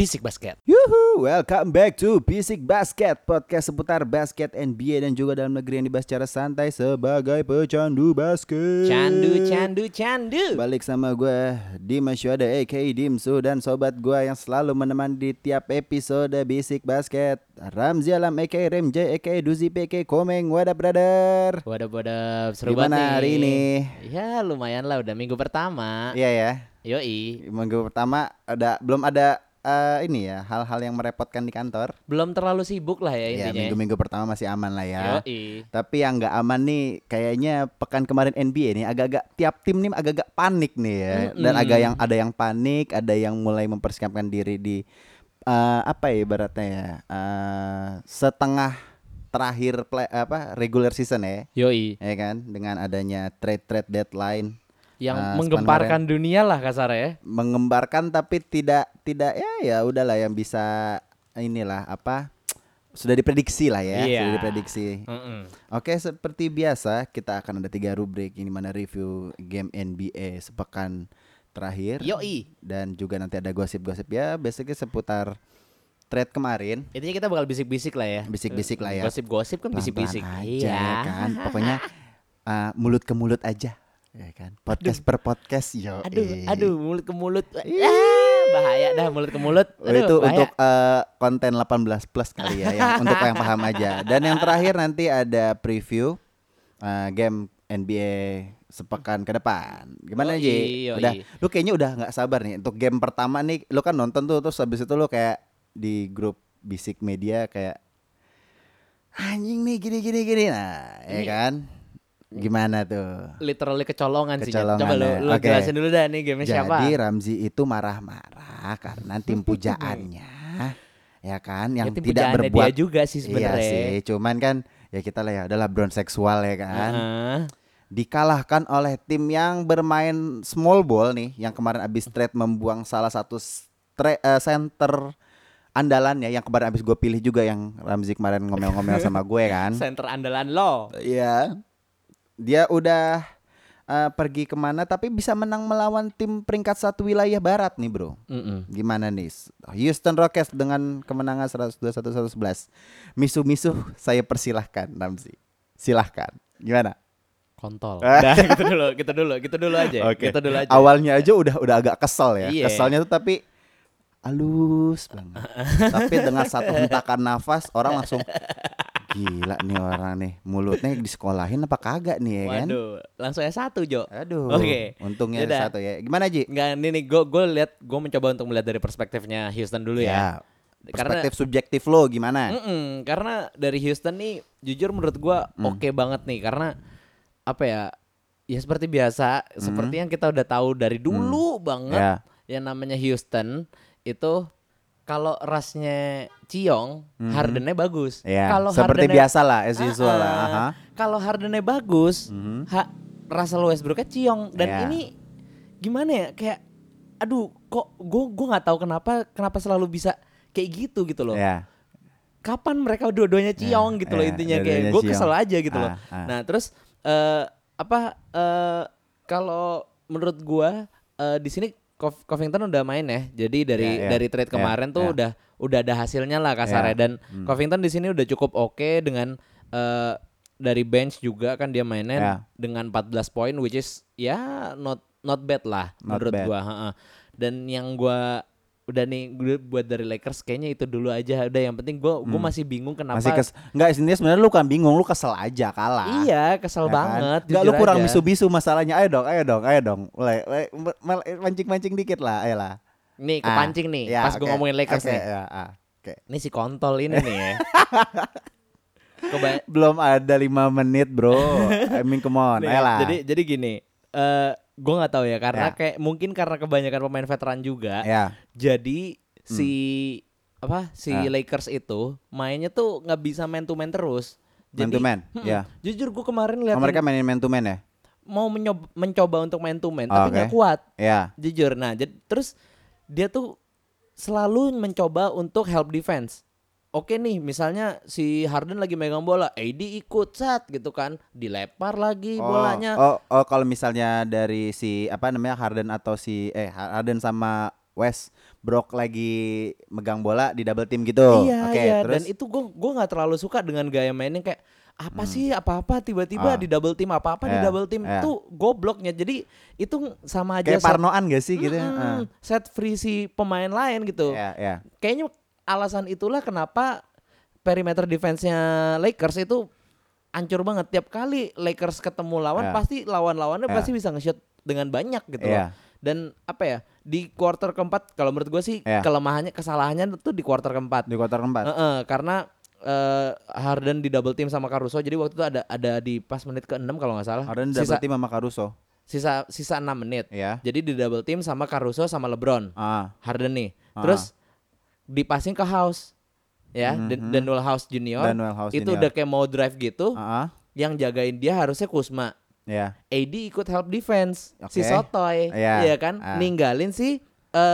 Bisik Basket. Yuhu, welcome back to Bisik Basket, podcast seputar basket NBA dan juga dalam negeri yang dibahas secara santai sebagai pecandu basket. Candu. Balik sama gue Dimas Syuhada aka Dimsu dan sobat gue yang selalu menemani di tiap episode Bisik Basket, Ramzi Alam aka Remjay aka Duzi aka Komeng. What up brother? Wadap, seru Gimana banget nih. hari ini? Ya lumayan lah, udah minggu pertama. Iya ya. Yoi, Minggu pertama belum ada ini ya, hal-hal yang merepotkan di kantor. belum terlalu sibuk lah ya Ya, intinya. minggu pertama masih aman lah ya. Yoi. Tapi yang nggak aman nih, kayaknya pekan kemarin NBA nih agak-agak tiap tim nih agak-agak panik nih ya. Dan ada yang panik, ada yang mulai mempersiapkan diri di apa ya ibaratnya ya, setengah terakhir regular season ya. Yoi, Ya kan, dengan adanya trade deadline yang sepanjang menggemparkan dunia lah kasar ya. mengembarkan tapi tidak ya udahlah yang bisa inilah sudah diprediksi lah ya. Iya. Sudah diprediksi. Oke, seperti biasa kita akan ada 3 rubrik ini, mana review game NBA sepekan terakhir. Yoi. Dan juga nanti ada gosip-gosip ya, basically seputar trade kemarin. Intinya kita bakal bisik-bisik lah ya. Bisik-bisik lah ya. Gosip-gosip kan Pelan-pelan bisik-bisik. aja Iya. kan. Pokoknya mulut ke mulut aja. Ya kan. Podcast per podcast yo. Aduh, mulut ke mulut. Iya. Bahaya dah mulut ke mulut. Aduh, Itu bahaya. untuk konten 18 plus kali ya, untuk yang paham aja. Dan yang terakhir nanti ada preview game NBA sepekan ke depan. Gimana Ji? Yoi. Udah, lu kayaknya udah nggak sabar nih untuk game pertama nih. Lu kan nonton tuh, terus habis itu lu kayak di grup Bisik Media kayak anjing nih gini. Nah, ya kan? Gimana tuh? Literally kecolongan sih. Kecolongan Coba ya. lu Oke. jelasin dulu dah nih game siapa. Jadi Ramzi itu marah-marah karena tim pujaannya ya kan yang Ya, tim tidak pujaannya berbuat dia juga sih sebenarnya. Iya sih, cuman kan ya kita lah ya adalah brown seksual ya kan. Heeh. Dikalahkan oleh tim yang bermain small ball nih, yang kemarin abis trade membuang salah satu center andalannya yang kemarin abis gue pilih juga, yang Ramzi kemarin ngomel-ngomel sama gue kan. Center andalan lo. Iya. Dia udah pergi kemana tapi bisa menang melawan tim peringkat 1 wilayah barat nih bro. Gimana nih Houston Rockets dengan kemenangan 121-111. Misu saya persilahkan Ramzi. Silahkan. Gimana? Kontol. Nah, gitu dulu aja. Oke. Gitu dulu aja. Awalnya aja udah agak kesel ya. Iya. Keselnya tuh tapi halus banget. Tapi dengan satu hentakan nafas orang langsung gila nih orang nih, mulutnya disekolahin apa kagak nih ya kan? Waduh, langsung S1 Jo. Aduh. Oke. Untungnya Yaudah. satu ya. Gimana Ji? Enggak, ini nih gue mencoba untuk melihat dari perspektifnya Houston dulu ya. Perspektif subjektif lo gimana? Karena dari Houston nih jujur menurut gue oke banget nih, karena apa ya? Ya seperti biasa, seperti yang kita udah tahu dari dulu banget, Ya. yang namanya Houston itu kalau rasnya Ciong, Hardennya bagus. Ya, Kalau seperti Hardennya- biasa lah as usual lah. Aha. Kalau Hardennya bagus, Russell Westbrooknya Ciong. Dan Ya. ini gimana ya? Kayak aduh, kok gue nggak tahu kenapa selalu bisa kayak gitu loh. Ya. Kapan mereka dua-duanya Ciong gitu loh, ya, intinya kayak dua-duanya gue Ciong. kesel aja gitu loh. Nah, terus kalau menurut gue di sini Covington udah main ya. Jadi dari trade kemarin tuh udah ada hasilnya lah kasarnya. Dan Covington di sini udah cukup oke dengan dari bench juga kan dia mainnya dengan 14 poin, which is ya not bad lah menurut bad. gua. Dan yang gua udah nih gue buat dari Lakers kayaknya itu dulu aja. Udah, yang penting gua masih bingung kenapa. Enggak, sebenarnya lu kan bingung, lu kesel aja kalah. Iya, kesel Ya kan? banget. Enggak, lu jujur kurang aja. bisu-bisu masalahnya. Ayo dong. Mulai mancing-mancing dikit lah, ayolah. Nih kepancing nih Ya, pas gua ngomongin Lakers nih. Oke. Ini si kontol ini nih ya. Belum ada 5 menit, bro. I mean, come on. Nih, Ayolah. jadi gini, gue nggak tahu ya karena Ya. kayak mungkin karena kebanyakan pemain veteran juga. Ya. Jadi si Lakers itu mainnya tuh nggak bisa man to man terus. Man Jadi, to man, ya. Jujur gue kemarin lihat Mereka mainin man to man ya? mau mencoba untuk man to man tapi nggak Oke. kuat. Ya. Jujur. Nah, terus dia tuh selalu mencoba untuk help defense. Oke nih, misalnya si Harden lagi megang bola, AD ikut gitu kan, dilepar lagi bolanya. Kalau misalnya dari si Harden atau Harden sama Westbrook lagi megang bola di double team gitu. Iya. Terus? Dan itu gue nggak terlalu suka dengan gaya mainnya kayak apa sih apa-apa tiba-tiba di double team apa-apa di double team tuh gobloknya. Jadi itu sama aja kayak parnoan gak sih gitu. Set free si pemain lain gitu. Kayaknya alasan itulah kenapa perimeter defense-nya Lakers itu hancur banget. Tiap kali Lakers ketemu lawan pasti lawan-lawannya pasti bisa nge-shoot dengan banyak gitu loh. Dan apa ya, di quarter keempat kalau menurut gue sih kesalahannya tuh di quarter keempat. Karena Harden di double team sama Caruso. Jadi waktu itu ada di pas menit ke-6 kalau nggak salah. Harden double team sama Caruso. Sisa 6 menit. Jadi di double team sama Caruso sama LeBron. Harden nih. Terus di passing ke House. Danuel House Junior. Itu udah kayak mau drive gitu. Yang jagain dia harusnya Kuzma. AD ikut help defense. Si Sotoy. Iya kan? Ninggalin si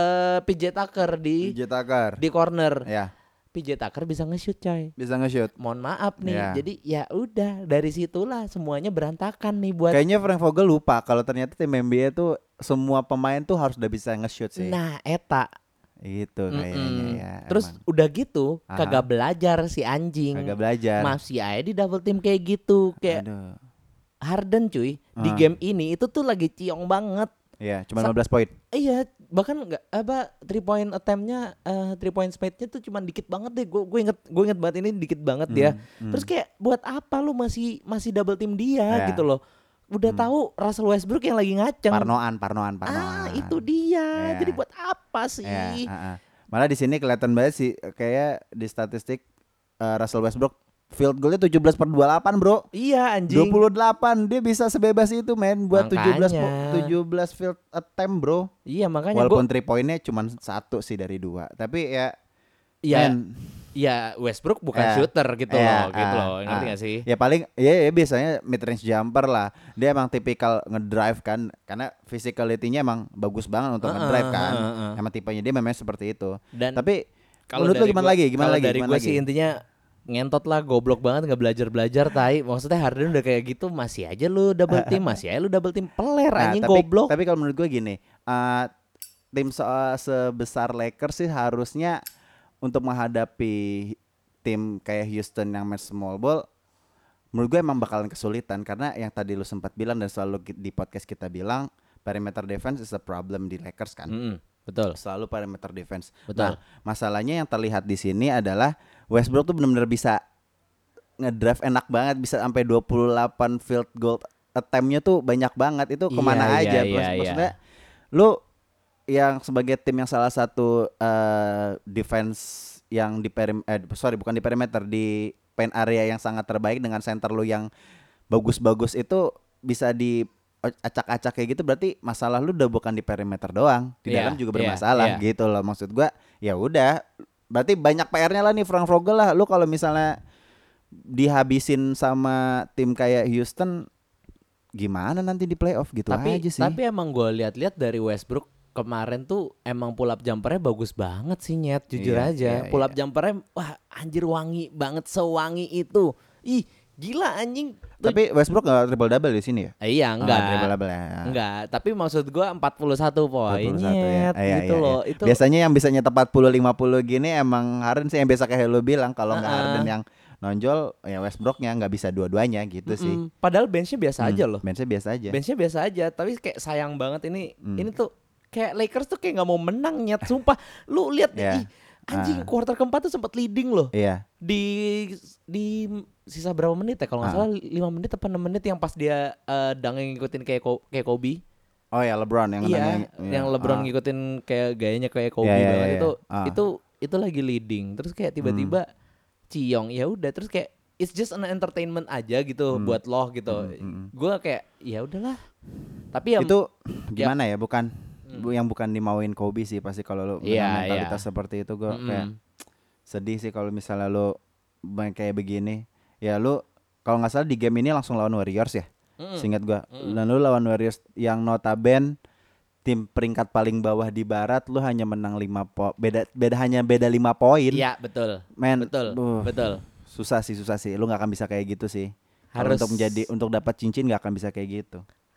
PJ Tucker di corner. PJ Tucker bisa nge-shoot coy. Mohon maaf nih. Jadi ya udah dari situlah semuanya berantakan nih buat. Kayaknya Frank Vogel lupa kalau ternyata tim NBA tuh semua pemain tuh harus udah bisa nge-shoot sih. Nah, eta itu kayaknya ya. Terus udah gitu kagak belajar si anjing. Masih aja di double team kayak gitu. Kayak Harden cuy di game ini itu tuh lagi ciong banget. Iya, cuma 15 poin. Iya, bahkan enggak 3 point attempt-nya 3 point made-nya tuh cuma dikit banget deh. Gue inget banget ini dikit banget dia. Terus kayak buat apa lu masih double team dia gitu loh. Udah tahu Russell Westbrook yang lagi ngaceng. Parnoan. Itu dia. Jadi buat apa sih? Malah di sini kelihatan banget sih kayak di statistik Russell Westbrook field goalnya 17/28 bro. Iya anjing. 28 dia bisa sebebas itu men buat 17 field attempt bro. Iya makanya. Walaupun 3 poinnya cuma 1 sih dari 2. Tapi ya Westbrook bukan shooter gitu loh. Ngerti gak sih? Ya paling ya biasanya mid range jumper lah. Dia emang tipikal ngedrive kan. Karena physicality-nya emang bagus banget untuk ngedrive kan. Emang tipenya dia memang seperti itu. Dan tapi menurut lu gimana lagi? Dari gue sih intinya ngentot lah, goblok banget, nggak belajar tai. Maksudnya Harden udah kayak gitu masih aja lu double team, peler anjing goblok. Tapi kalau menurut gue gini, tim sebesar Lakers sih harusnya untuk menghadapi tim kayak Houston yang main small ball, menurut gue emang bakalan kesulitan karena yang tadi lu sempat bilang dan selalu di podcast kita bilang perimeter defense is a problem di Lakers kan. Betul. Selalu perimeter defense. Betul. Nah, masalahnya yang terlihat di sini adalah Westbrook tuh benar-benar bisa ngedrive enak banget, bisa sampai 28 field goal attempt-nya tuh banyak banget. Itu kemana aja? Maksudnya lu yang sebagai tim yang salah satu defense yang bukan di perimeter, di paint area yang sangat terbaik dengan center lu yang bagus-bagus itu bisa di acak-acak kayak gitu, berarti masalah lu udah bukan di perimeter doang, di dalam juga bermasalah gitu loh. Maksud gua ya udah, berarti banyak PR-nya lah nih Frank Vogel lah. Lu kalau misalnya dihabisin sama tim kayak Houston gimana nanti di playoff gitu aja sih. Tapi emang gua lihat-lihat dari Westbrook kemarin tuh emang pull up jumpernya bagus banget sih Nyet, jujur aja. Pull up jumpernya wah anjir wangi banget, sewangi itu. Ih gila anjing. Tapi Westbrook gak triple double di sini ya? Iya enggak. Triple double ya. Enggak, tapi maksud gua 41 poinnya gitu loh. Itu biasanya yang bisa nyetak 40 50 gini emang Harden sih yang biasa kayak lu bilang, kalau enggak Harden yang nonjol ya Westbrooknya nggak bisa dua-duanya gitu sih. Padahal benchnya biasa aja loh. Benchnya biasa aja, tapi kayak sayang banget ini tuh kayak Lakers tuh kayak nggak mau menang Nyet, sumpah. Lu lihat anjing quarter keempat tuh sempat leading loh. Di sisa berapa menit ya kalau nggak salah 5 menit atau 6 menit yang pas dia dang ngikutin kayak Kobe. Oh ya LeBron yang LeBron ngikutin kayak gayanya kayak Kobe banget itu lagi leading. Terus kayak tiba-tiba ciong, ya udah terus kayak it's just an entertainment aja gitu buat lo gitu. Gue kayak ya udahlah. Tapi itu gimana ya, bukan yang bukan dimauin Kobe sih pasti kalau lo dengan mentalitas seperti itu. Gue kayak sedih sih kalau misalnya lo kayak begini. Ya lu kalau nggak salah di game ini langsung lawan Warriors ya, seingat gue. Dan lu lawan Warriors yang notaben tim peringkat paling bawah di Barat, lu hanya menang 5 poin, hanya beda 5 poin. Iya betul. Betul. Susah sih. Lu nggak akan bisa kayak gitu sih. Harus untuk dapat cincin nggak akan bisa kayak gitu.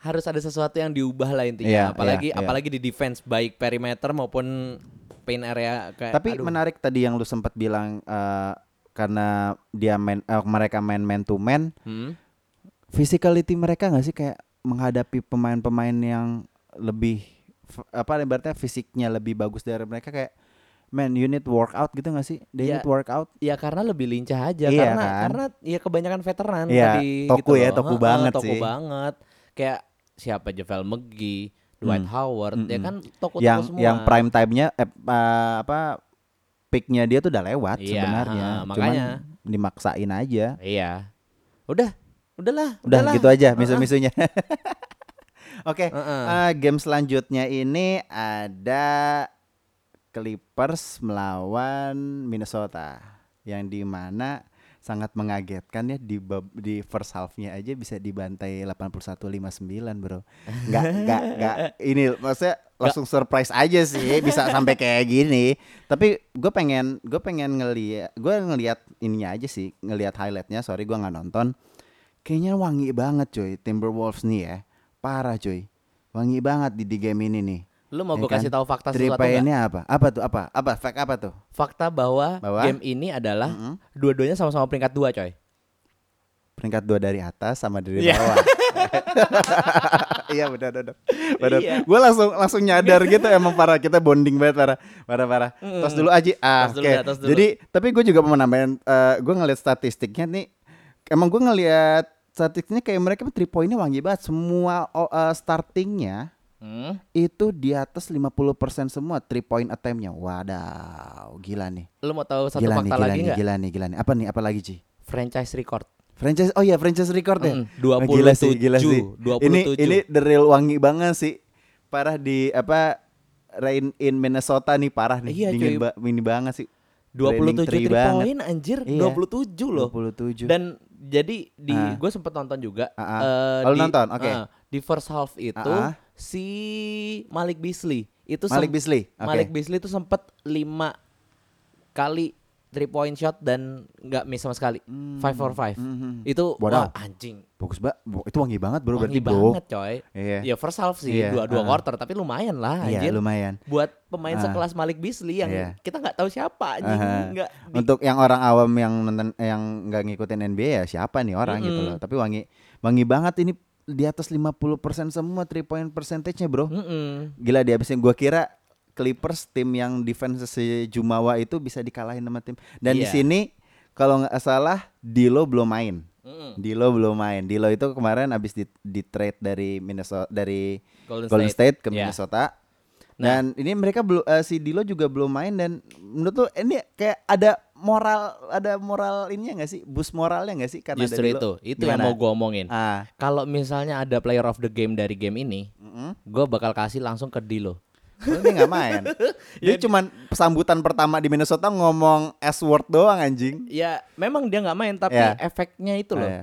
harus ada sesuatu yang diubah lah intinya. Apalagi di defense baik perimeter maupun paint area kayak. Tapi menarik tadi yang lu sempat bilang karena mereka main man to man. Physicality mereka nggak sih kayak menghadapi pemain-pemain yang lebih ibaratnya fisiknya lebih bagus dari mereka kayak you need workout gitu nggak sih? They need workout. Ya karena lebih lincah aja karena ya kebanyakan veteran tadi toku gitu toku banget sih. Toku banget. Kayak siapa JaVale McGee, Dwight Howard ya kan toku semua. Yang prime time-nya pick-nya dia tuh udah lewat sebenarnya. Makanya cuman dimaksain aja. Iya. Udahlah gitu aja misu-misunya. Oke, game selanjutnya ini ada Clippers melawan Minnesota yang dimana sangat mengagetkan ya di first half-nya aja bisa dibantai 81-59 bro. Nggak ini maksudnya langsung surprise aja sih bisa sampai kayak gini. Tapi gue pengen ngelihat ininya aja sih, ngelihat highlightnya. Sorry gue nggak nonton. Kayaknya wangi banget coy Timberwolves nih ya. Parah coy. Wangi banget di game ini nih. Lu mau gue kasih tahu fakta sesuatu enggak? Ini apa? Apa tuh? Fact apa tuh? Fakta bahwa game ini adalah dua-duanya sama-sama peringkat 2 coy. Peringkat 2 dari atas sama dari bawah. Iya benar. Iya. Gue langsung nyadar gitu emang parah, kita bonding banget parah. Tos dulu Aji. Oke. Jadi tapi gue juga mau nambahin gue ngeliat statistiknya nih. Emang gue ngeliat statistiknya kayak mereka 3 poinnya wangi banget. Semua startingnya itu di atas 50% semua 3 point attempt-nya. Wadaw, gila nih. Lu mau tahu satu fakta lagi enggak? Gila nih. Apa lagi, Ci? Franchise record ya. 27. Gila sih. 27. Ini the real wangi banget sih. Parah di Rain in Minnesota nih parah nih. Iya, dingin banget sih. 27 3 poin anjir, iya. 27 loh. 27. Dan jadi gue sempet nonton juga. Nonton, oke. Di first half itu si Malik Beasley itu Malik Beasley itu sempet 5 kali 3 point shot dan nggak miss sama sekali. 5 for 5. Itu wow, anjing. Bagus itu wangi banget bro. Wangi banget coy. Ya first half sih, dua quarter tapi lumayan lah anjir. Iya lumayan. Buat pemain sekelas Malik Beasley yang kita nggak tahu siapa anjing. Untuk yang orang awam yang nonton yang nggak ngikutin NBA ya siapa nih orang gitu loh. Tapi wangi banget ini di atas 50% semua 3 point percentage-nya bro. Gila dihabisin. Gua kira Clippers tim yang defense si Jumawa itu bisa dikalahin sama tim. Dan di sini kalau nggak salah D'Lo belum main. D'Lo itu kemarin abis di trade dari Minnesota dari Golden State ke Minnesota. Dan ini mereka si D'Lo juga belum main dan menurut lu ini kayak ada moral ininya nggak sih, boost moralnya nggak sih karena justru itu yang mau gue omongin. Kalau misalnya ada player of the game dari game ini, gue bakal kasih langsung ke D'Lo. Dia nggak main. Dia cuman sambutan pertama di Minnesota ngomong S-word doang anjing. Ya memang dia nggak main tapi efeknya itu loh.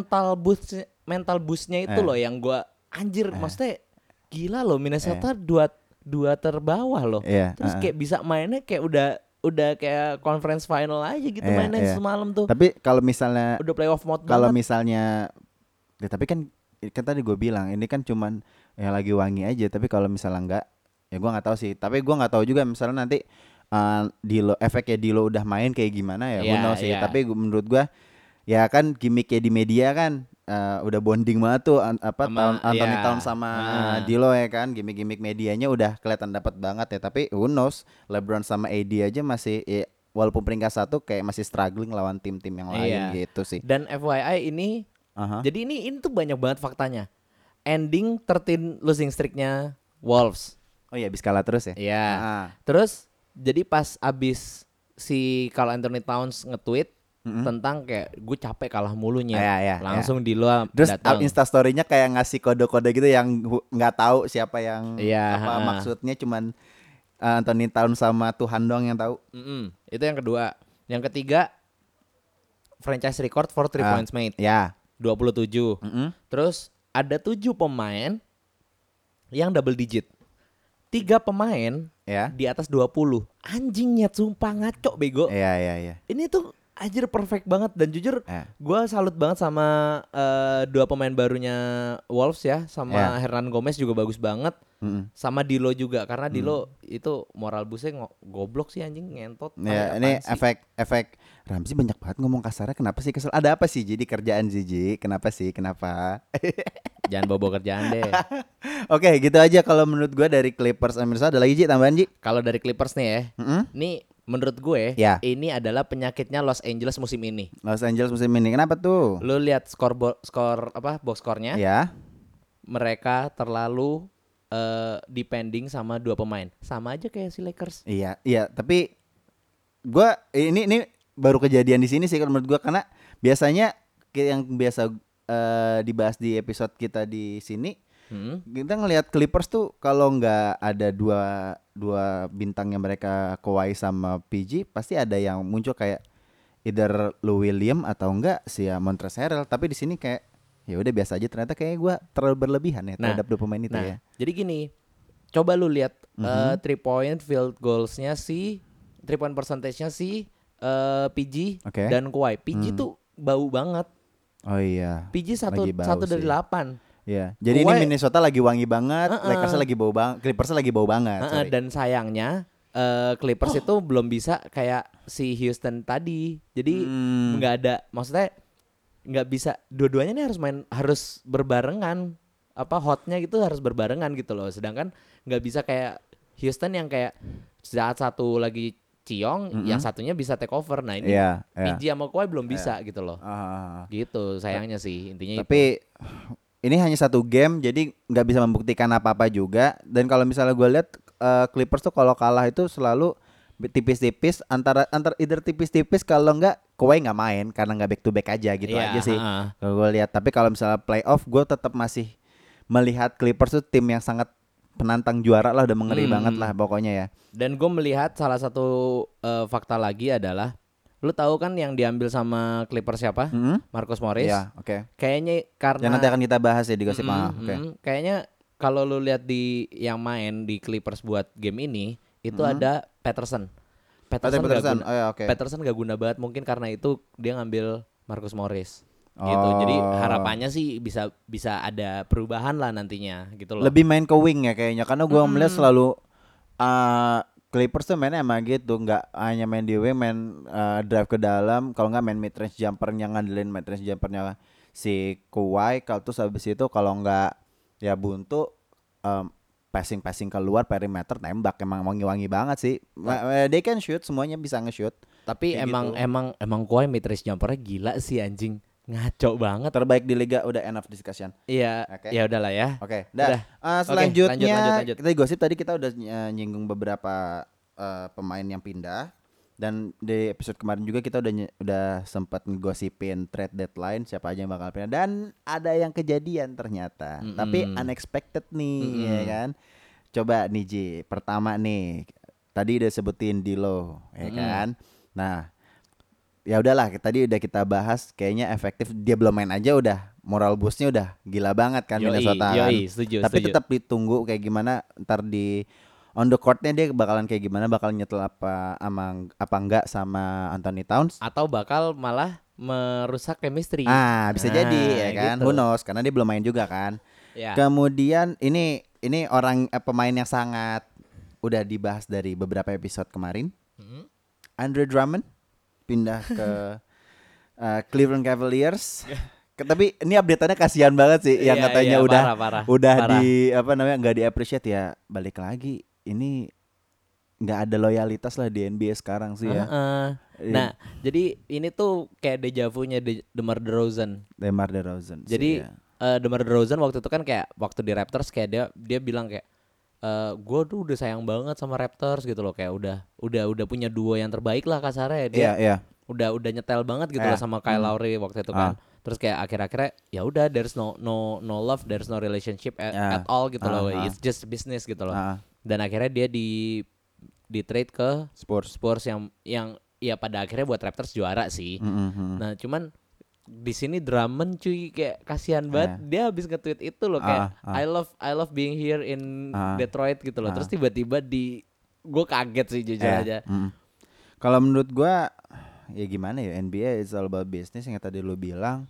Mental boostnya itu loh yang gue anjir maksudnya gila loh Minnesota dua terbawah loh. Terus kayak bisa mainnya kayak udah kayak conference final aja gitu mainnya semalam tuh. Tapi kalau misalnya udah playoff mode kalau misalnya tapi kan tadi gue bilang ini kan cuman yang lagi wangi aja. Tapi kalau misalnya enggak ya gue nggak tahu sih, tapi gue nggak tahu juga misalnya nanti efeknya D'Lo udah main kayak gimana ya, gue tahu sih. Tapi menurut gue ya kan gimmicknya di media kan udah bonding banget tuh Anthony Towns sama D'Lo ya kan, gimmick medianya udah kelihatan dapat banget ya. Tapi who knows, LeBron sama AD aja masih walaupun peringkat 1 kayak masih struggling lawan tim-tim yang lain gitu sih. Dan FYI ini jadi ini tuh banyak banget faktanya. Ending 13 losing streak-nya Wolves. Oh iya, abis kalah terus ya? Iya. Terus jadi pas abis si Karl Anthony Towns nge-tweet tentang kayak gue capek kalah mulunya. Langsung di luar terus instastory-nya kayak ngasih kode-kode gitu yang nggak tahu siapa yang apa maksudnya, cuman Anthony Towns sama Tuhan doang yang tahu. Itu yang kedua. Yang ketiga franchise record for 3 points made. 27. Terus ada 7 pemain yang double digit. 3 pemain di atas 20. Anjing nyet, sumpah ngaco bego. Iya. Ini tuh anjir perfect banget. Dan jujur gue salut banget sama dua pemain barunya Wolves ya, sama Hernan Gomez juga bagus banget. Sama Dilo juga, karena Dilo itu moral boostnya goblok sih anjing, ngentot. Ya, ini efek Ramzi banyak banget ngomong kasarnya. Kenapa sih kesel? Ada apa sih jadi kerjaan Zizi? Kenapa sih? Kenapa? Jangan bobo kerjaan deh. Oke, gitu aja kalau menurut gue dari Clippers. Mirsa ada lagi Ji tambahan Ji? Kalau dari Clippers nih ya, nih menurut gue ini adalah penyakitnya Los Angeles musim ini. Los Angeles musim ini kenapa tuh? Lu lihat skor box skornya? Ya. Mereka terlalu depending sama dua pemain. Sama aja kayak si Lakers. Iya, tapi gue ini baru kejadian di sini sih kalau menurut gue, karena biasanya yang biasa dibahas di episode kita di sini, kita ngelihat Clippers tuh kalau nggak ada dua bintangnya mereka, Kawhi sama PG, pasti ada yang muncul kayak either Lou Williams atau enggak si Montrezl Harrell. Tapi di sini kayak ya udah biasa aja, ternyata kayak gue terlalu berlebihan ya terhadap dua pemain itu ya. Jadi gini, coba lu lihat 3 point field goalsnya si 3 point percentage-nya si PG dan Kawhi. PG tuh bau banget. Oh iya. PG satu dari 8. Iya. Jadi Kawhi, ini Minnesota lagi wangi banget, Lakers lagi bau banget, Clippers lagi bau banget. Dan sayangnya Clippers itu belum bisa kayak si Houston tadi. Jadi nggak ada, maksudnya nggak bisa, dua-duanya nih harus berbarengan, hotnya gitu harus berbarengan gitu loh. Sedangkan nggak bisa kayak Houston yang kayak saat satu lagi ciong, yang satunya bisa take over. Nah ini PG sama Kawhi belum bisa gitu loh. Gitu sayangnya sih intinya. Tapi ini hanya satu game, jadi nggak bisa membuktikan apa-apa juga. Dan kalau misalnya gue lihat Clippers tuh kalau kalah itu selalu tipis-tipis, antara either tipis-tipis, kalau nggak Kawhi nggak main karena nggak back to back aja gitu aja sih kalau gue lihat. Tapi kalau misalnya playoff, gue tetap masih melihat Clippers tuh tim yang sangat penantang juara lah, udah mengeri banget lah pokoknya ya. Dan gue melihat salah satu fakta lagi adalah, lu tahu kan yang diambil sama Clippers siapa? Marcus Morris. Iya, oke. Kayaknya karena yang nanti akan kita bahas ya di gosip. Kayaknya kalau lu lihat di yang main di Clippers buat game ini itu ada Patterson. Patterson gak guna banget, mungkin karena itu dia ngambil Marcus Morris. Gitu. Jadi harapannya sih bisa ada perubahan lah nantinya gitu loh. Lebih main ke wing ya kayaknya, karena gua melihat selalu Clippers tuh mainnya emang gitu, nggak hanya main di wing, main drive ke dalam, kalau nggak main mid range jumpernya, ngandelin mid range jumpernya si Kawhi. Kalau terus habis itu kalau nggak ya buntu, passing keluar perimeter, tembak. Emang wangi-wangi banget sih. They can shoot, semuanya bisa nge-shoot. Tapi emang Kawhi mid range jumpernya gila sih anjing. Ngaco banget. Terbaik di liga, udah enough discussion. Iya, ya udahlah ya. Oke, udah. Selanjutnya lanjut. Kita gosip tadi kita udah nyinggung beberapa pemain yang pindah, dan di episode kemarin juga kita udah sempat ngegosipin trade deadline, siapa aja yang bakal pindah, dan ada yang kejadian ternyata. Tapi unexpected nih, ya kan. Coba nih Ji, pertama nih, tadi udah sebutin Dilo, ya kan. Nah, ya udahlah, tadi udah kita bahas, kayaknya efektif, dia belum main aja udah moral boostnya udah gila banget kan Minnesota kan. Tapi tetap ditunggu kayak gimana ntar di on the courtnya, dia bakalan kayak gimana, bakal nyetel apa enggak sama Anthony Towns, atau bakal malah merusak chemistry. Bisa jadi ya kan, gitu. Who knows, karena dia belum main juga kan. Kemudian ini orang pemain yang sangat udah dibahas dari beberapa episode kemarin, Andre Drummond pindah ke Cleveland Cavaliers. Tapi ini update-annya kasihan banget sih, yang katanya parah. Di nggak di-appreciate ya. Balik lagi, ini nggak ada loyalitas lah di NBA sekarang sih ya. Nah, jadi ini tuh kayak deja vu-nya DeMar DeRozan. Jadi DeMar DeRozan waktu itu kan kayak waktu di Raptors, kayak dia bilang kayak gue tuh udah sayang banget sama Raptors gitu loh, kayak udah punya duo yang terbaik lah kasarnya. Dia udah nyetel banget gitu loh sama Kyle Lowry waktu itu kan. Terus kayak akhir-akhirnya ya udah, there's no love, there's no relationship at all gitu loh. It's just business gitu loh. Dan akhirnya dia di trade ke Spurs yang ya pada akhirnya buat Raptors juara sih. Nah, cuman di sini Drummond cuy, kayak kasihan banget. Dia habis nge-tweet itu loh kayak I love being here in Detroit gitu loh. Terus tiba-tiba gue kaget sih jujur aja. Kalau menurut gue ya gimana ya, NBA is all about business yang tadi lu bilang.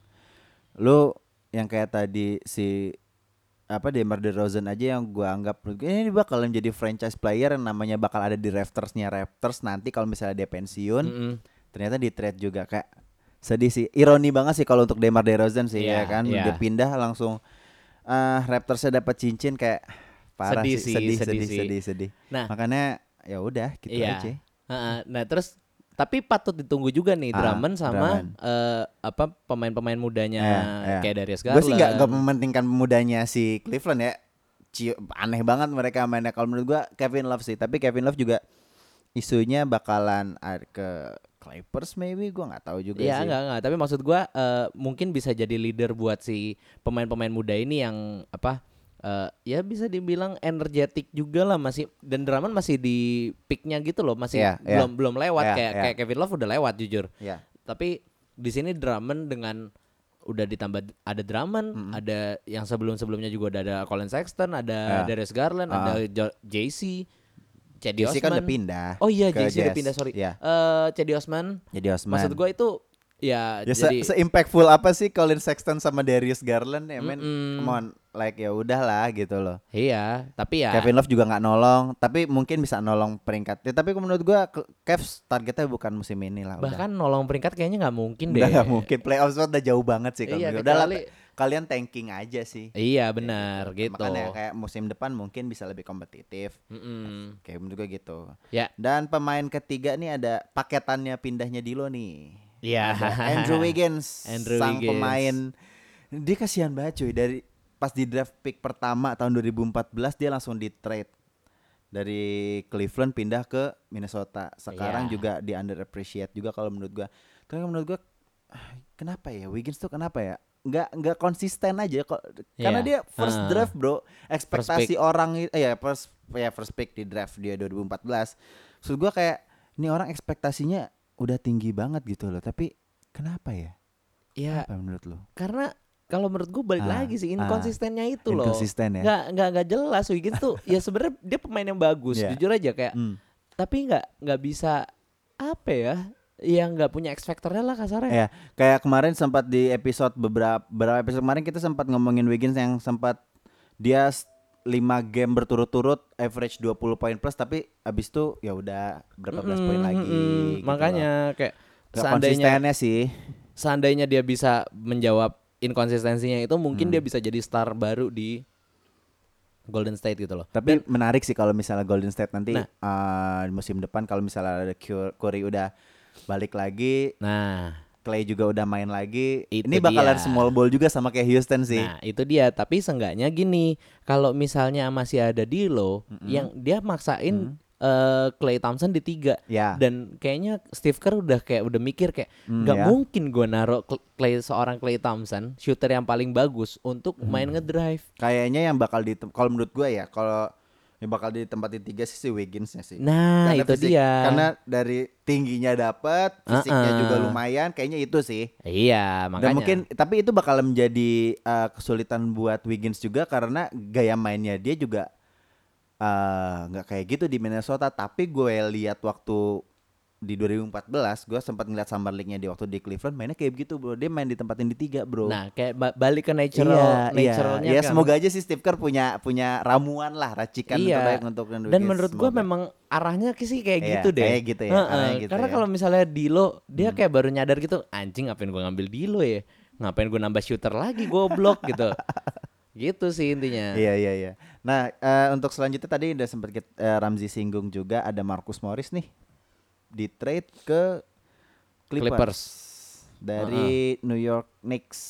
Lu yang kayak tadi si DeMar DeRozan aja yang gua anggap ini bakalan jadi franchise player yang namanya bakal ada di Raptors nanti kalau misalnya dia pensiun. Ternyata di trade juga, kayak sedih sih. Ironi banget sih kalau untuk DeMar DeRozan sih ya kan. Dia pindah langsung Raptorsnya dapat cincin, kayak parah sedih. Nah, makanya ya udah gitu aja. Nah, terus tapi patut ditunggu juga nih Drummond sama pemain-pemain mudanya kayak Darius Garland. Gue sih nggak mementingkan mudanya si Cleveland ya. Aneh banget mereka mainnya. Kalau menurut gue Kevin Love sih, tapi Kevin Love juga isunya bakalan ke Clippers maybe, gue nggak tahu juga sih. Iya nggak. Tapi maksud gue mungkin bisa jadi leader buat si pemain-pemain muda ini yang ya bisa dibilang energetik juga lah masih, dan Drummond masih di peaknya gitu loh, masih belum lewat kayak Kevin Love udah lewat jujur. Tapi di sini Drummond dengan udah ditambah ada Drummond, ada yang sebelumnya juga udah ada Colin Sexton, ada Darius Garland, ada JC. Cedi Osman kan udah pindah. Oh iya, JC udah pindah, sorry. Cedi Osman. Maksud gue itu ya jadi se-impactful apa sih Colin Sexton sama Darius Garland ya men. Come on, like ya udahlah gitu loh. Iya, tapi ya Kevin Love juga nggak nolong, tapi mungkin bisa nolong peringkat. Ya, tapi menurut gua Cavs targetnya bukan musim ini lah. Bahkan nolong peringkat kayaknya nggak mungkin deh. Nggak mungkin, playoff udah jauh banget sih kalau udah lah. Kalian tanking aja sih. Iya benar gitu. Makanya kayak musim depan mungkin bisa lebih kompetitif. Kayak menurut gua gitu. Ya. Dan pemain ketiga nih ada paketannya pindahnya Dilo nih. Iya. Andrew Wiggins, sang pemain. Dia kasihan banget cuy, dari pas di draft pick pertama tahun 2014 dia langsung di trade dari Cleveland pindah ke Minnesota. Sekarang juga di underappreciate juga kalau menurut gua. Karena menurut gua kenapa ya Wiggins tuh kenapa ya? Enggak konsisten aja kok. Karena dia first draft, bro. Ekspektasi orang first pick di draft dia 2014. Maksud gua kayak ini orang ekspektasinya udah tinggi banget gitu loh, tapi kenapa ya? Iya. Apa menurut lo? Karena kalau menurut gue balik lagi sih inkonsistennya itu loh. Inkonsisten ya. Nggak jelas Wiggins tuh. Ya sebenarnya dia pemain yang bagus, jujur aja kayak. Tapi nggak bisa apa ya? Yang nggak punya X factornya lah kasarnya. Ya, kayak kemarin sempat di episode beberapa episode kemarin kita sempat ngomongin Wiggins yang sempat dia 5 game berturut-turut average 20 poin plus, tapi abis itu ya udah berapa belas poin lagi gitu. Makanya kayak seandainya dia bisa menjawab inkonsistensinya itu, mungkin dia bisa jadi star baru di Golden State gitu loh. Tapi menarik sih kalau misalnya Golden State nanti musim depan kalau misalnya ada Curry udah balik lagi, Clay juga udah main lagi. Ini bakalan small ball juga sama kayak Houston sih. Nah itu dia. Tapi seenggaknya gini, kalau misalnya masih ada D'Lo yang dia maksain Klay Thompson di 3 dan kayaknya Steve Kerr udah mikir kayak nggak mungkin gue naruh seorang Klay Thompson, shooter yang paling bagus untuk main ngedrive. Kayaknya yang bakal kalau menurut gue ya, kalau yang bakal ditempatin 3 sih Wigginsnya sih. Nah karena itu dia. Karena dari tingginya dapat, fisiknya juga lumayan, kayaknya itu sih. Iya makanya. Dan mungkin tapi itu bakal menjadi kesulitan buat Wiggins juga karena gaya mainnya dia juga nggak kayak gitu di Minnesota. Tapi gue lihat waktu di 2014 gue sempat ngeliat Summer League-nya di waktu di Cleveland mainnya kayak begitu bro. Dia main ditempatin di 3 bro. Nah kayak balik ke naturalnya kan. Semoga aja sih Steve Kerr punya ramuan lah, racikan terbaik untuk Wiggins. Dan menurut gue memang arahnya sih kayak gitu deh. Kayak gitu ya. Gitu karena kalau misalnya D'Lo dia kayak baru nyadar gitu, anjing ngapain gue ngambil D'Lo ya, ngapain gue nambah shooter lagi, goblok gitu. Gitu sih intinya. Iya. Nah untuk selanjutnya tadi udah sempat Ramzi singgung juga, ada Marcus Morris nih di trade ke Clippers. Dari New York Knicks.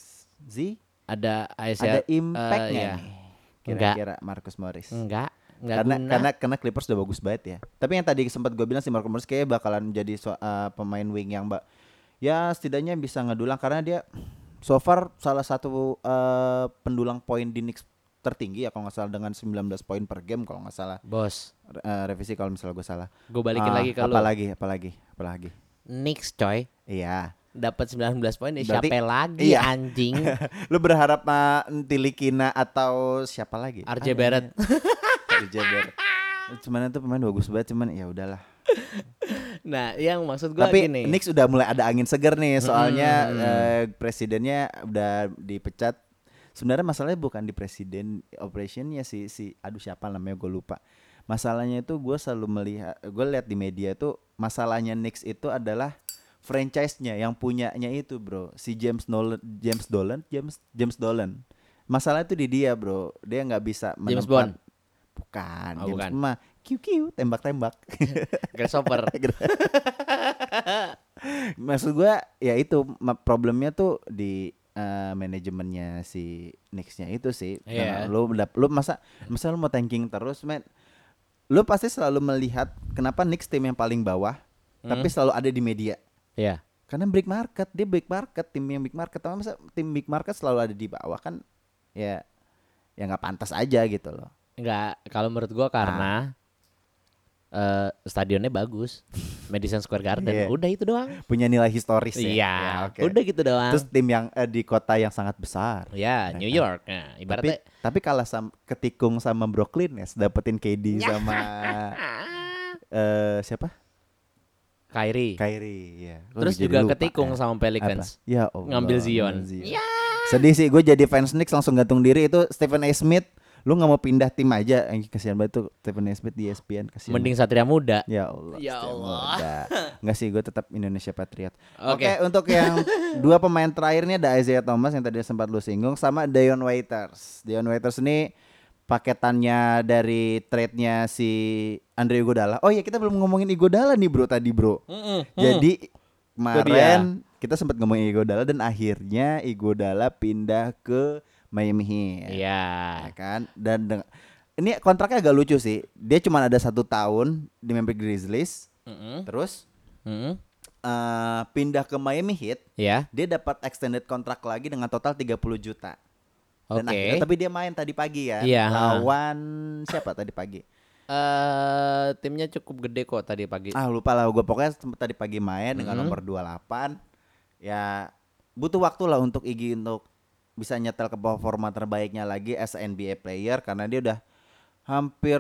Ada impact-nya nih kira-kira Marcus Morris. Enggak karena Clippers udah bagus banget ya. Tapi yang tadi sempat gue bilang si Marcus Morris kayaknya bakalan jadi pemain wing yang ya setidaknya bisa ngedulang, karena dia so far salah satu pendulang poin di Knicks tertinggi ya kalau nggak salah, dengan 19 poin per game kalau nggak salah. Bos. Revisi kalau misalnya gue salah. Gue balikin lagi ke lu. Apalagi. Knicks coy. Iya. Dapat 19 poin, siapa lagi anjing? Lu berharap Tilikina atau siapa lagi? RJ Barrett. RJ Barrett. Cuman itu pemain bagus banget, cuman ya udahlah. Nah, yang maksud gue tapi gini. Knicks udah mulai ada angin seger nih, soalnya presidennya udah dipecat. Sebenarnya masalahnya bukan di presiden operationnya si aduh siapa namanya gue lupa. Masalahnya itu gue selalu gue lihat di media tuh masalahnya Knicks itu adalah franchise-nya yang punyanya itu bro, si James Dolan. Masalah itu di dia bro, dia nggak bisa James Bond. Bukan, Oh, James bukan. mah QQ tembak-tembak. Grasshopper. Maksud gue ya itu problemnya tuh di manajemennya si Knicks-nya itu sih. Yeah. Karena lu masa lu mau tanking terus, men. Lu pasti selalu melihat kenapa Knicks tim yang paling bawah, tapi selalu ada di media. Iya. Karena big market, tim yang big market. Tapi masa tim big market selalu ada di bawah kan? Ya nggak pantas aja gitu loh. Enggak, kalau menurut gua karena stadionnya bagus, Madison Square Garden, udah itu doang. Punya nilai historis ya. Iya, okay. Udah gitu doang. Terus tim yang di kota yang sangat besar. Ya, New York. Nah, ibaratnya. Tapi kalah ketikung sama Brooklyn Nets, dapetin KD sama siapa? Kyrie, ya. Terus juga ketikung sama Pelicans. Ya Allah, ngambil Zion. Ya. Sedih sih, gue jadi fans Knicks langsung gantung diri. Itu Stephen A. Smith, lu nggak mau pindah tim aja? Kasihan banget tuh Stephen A. Smith di ESPN. Kasihan. Mending Satria Muda. Ya Allah. Nggak sih, gue tetap Indonesia Patriot. Oke, untuk yang dua pemain terakhir nih ada Isaiah Thomas yang tadi sempat lu singgung sama Dion Waiters. Dion Waiters ini paketannya dari trade-nya si Andre Iguodala. Oh iya, kita belum ngomongin Iguodala nih bro tadi bro. Jadi kemarin kita sempat ngomongin Iguodala dan akhirnya Iguodala pindah ke Miami Heat. Iya. Ya kan? Dan ini kontraknya agak lucu sih. Dia cuma ada 1 tahun di Memphis Grizzlies. Terus pindah ke Miami Heat. Iya. Dia dapat extended kontrak lagi dengan total 30 juta. Dan akhirnya, tapi dia main tadi pagi ya. Lawan siapa tadi pagi? Timnya cukup gede kok tadi pagi. Lupa lah gue, pokoknya tadi pagi main dengan nomor 28. Ya butuh waktu lah untuk Iggy untuk bisa nyetel ke performa terbaiknya lagi as NBA player, karena dia udah hampir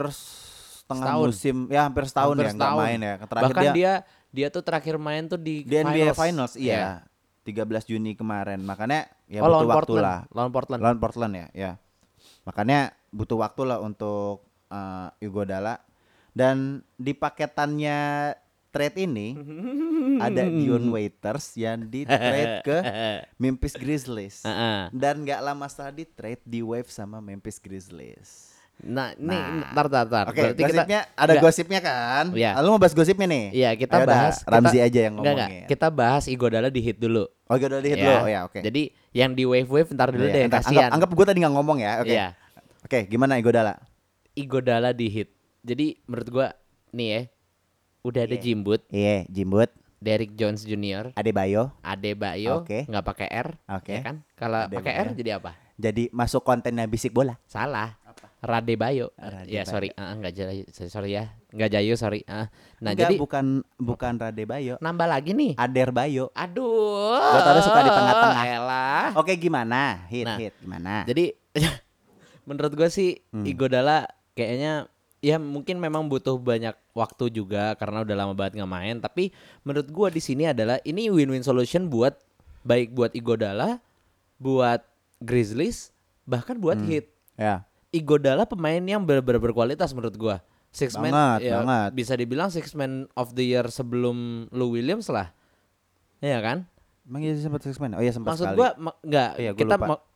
musim, ya hampir setahun ya nggak main ya. Terakhir bahkan dia tuh terakhir main tuh di NBA Finals. Iya. 13 Juni kemarin. Makanya ya butuh waktu lah. Lawan Portland ya. Makanya butuh waktu lah untuk Iguodala. Dan di paketannya trade ini ada Dion Waiters yang di trade ke Memphis Grizzlies. Dan gak lama setelah di trade di wave sama Memphis Grizzlies. Nah, ini tar. Oke, gosipnya ada gosipnya kan? Ya. Lu mau bahas gosipnya nih? Iya, kita bahas. Ramzi aja yang ngomongin. Enggak, kita bahas Iguodala di Heat dulu. Oh, Iguodala di Heat dulu. Oh ya, oke. Jadi yang di wave ntar dulu deh, kasihan. Anggap gue tadi nggak ngomong ya. Oke. Iya. Oke, gimana Iguodala di Heat. Jadi menurut gue nih ya, udah ada Jimbut. Iya, Jimbut. Derrick Jones Jr. Adebayo. Nggak pakai R. Ya kan? Kalau pakai R jadi apa? Jadi masuk kontennya bisik bola. Salah. Radebayo. Ya sorry, nggak Jayu, sorry ya, nggak Jayu, sorry. Nah enggak, jadi bukan Radebayo. Nambah lagi nih. Aderbayo. Aduh. Gua tahu suka di tengah-tengah. Elah. Oke, gimana? Hit gimana? Jadi menurut gue sih Iguodala kayaknya ya mungkin memang butuh banyak waktu juga karena udah lama banget nggak main. Tapi menurut gue di sini adalah ini win-win solution baik buat Iguodala, buat Grizzlies, bahkan buat Heat. Ya. Iguodala pemain yang benar-benar berkualitas menurut gua. Banget. Bisa dibilang six man of the year sebelum Lou Williams lah. Iya kan? Emang dia sempat six man? Oh iya, sempat maksud sekali. Maksud gua enggak, iya, kita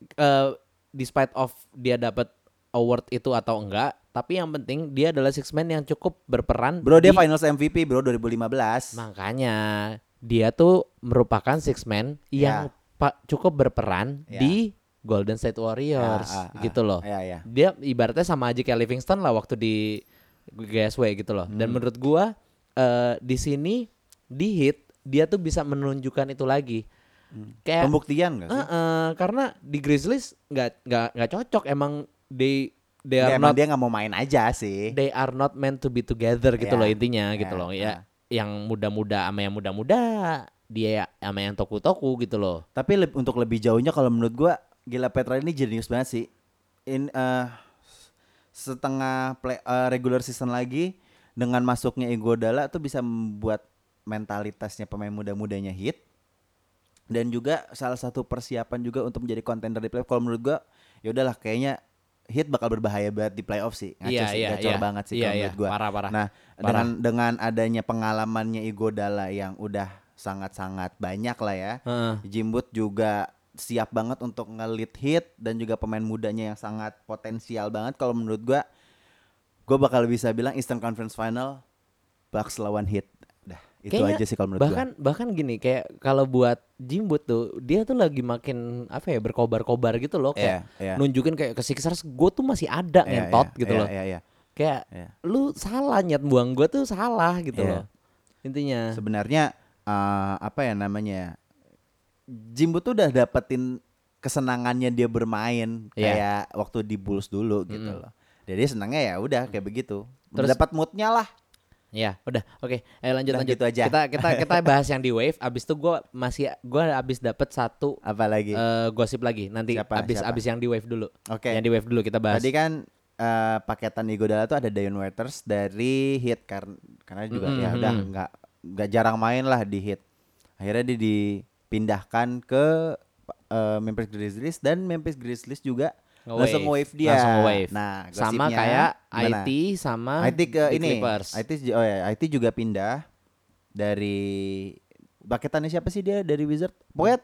despite of dia dapat award itu atau enggak, tapi yang penting dia adalah six man yang cukup berperan. Bro, dia Finals MVP bro 2015. Makanya dia tuh merupakan six man yang cukup berperan di Golden State Warriors gitu loh. Dia ibaratnya sama aja kayak Livingston lah waktu di GSW gitu loh. Dan menurut gua di sini di Heat dia tuh bisa menunjukkan itu lagi. Kayak pembuktian enggak sih? Karena di Grizzlies enggak cocok, emang they are not, dia enggak mau main aja sih. They are not meant to be together gitu loh intinya gitu loh. Ya yang muda-muda sama yang muda-muda, dia sama yang toku-toku gitu loh. Tapi untuk lebih jauhnya kalau menurut gua Gila Petra ini jenius banget sih. Setengah regular season lagi dengan masuknya Iguodala tuh bisa membuat mentalitasnya pemain muda-mudanya Heat. Dan juga salah satu persiapan juga untuk menjadi contender di playoff. Kalau menurut gua ya udahlah kayaknya Heat bakal berbahaya banget di playoff sih. Ngaco sih, gacor banget sih kalau menurut gua. Parah. Nah, dengan adanya pengalamannya Iguodala yang udah sangat-sangat banyak lah ya. Jimbut juga siap banget untuk nge-lead Heat dan juga pemain mudanya yang sangat potensial banget. Kalau menurut gua bakal bisa bilang Eastern Conference Final Bucks lawan Heat. Itu kayaknya aja sih kalau menurut bahkan gini, kayak kalau buat Jimbut tuh dia tuh lagi makin berkobar-kobar gitu loh, kayak nunjukin kayak ke Sixers gue tuh masih ada ngentot gitu loh. Kayak lu salah nyet, buang gue tuh salah gitu loh. Intinya sebenarnya Jimbut tuh udah dapetin kesenangannya dia bermain kayak waktu di Bulls dulu gitu loh. Jadi senangnya ya udah kayak begitu. Terus dapat moodnya lah. Ya, udah, oke. Ayo lanjut. Gitu aja. Kita bahas yang di Wave. Abis itu gue abis dapet satu apa lagi? Gosip lagi. Nanti abis yang di Wave dulu. Oke. Yang di Wave dulu kita bahas. Tadi kan paketan Iguodala tuh ada Dion Waiters dari Heat karena juga ya udah nggak jarang main lah di Heat. Akhirnya dia dipindahkan ke Memphis Grizzlies dan Memphis Grizzlies juga langsung wave dia. Nah, sama kayak gimana? IT sama IT ke ini Clippers. IT juga pindah dari paketannya siapa sih dia dari Wizard? Pokoknya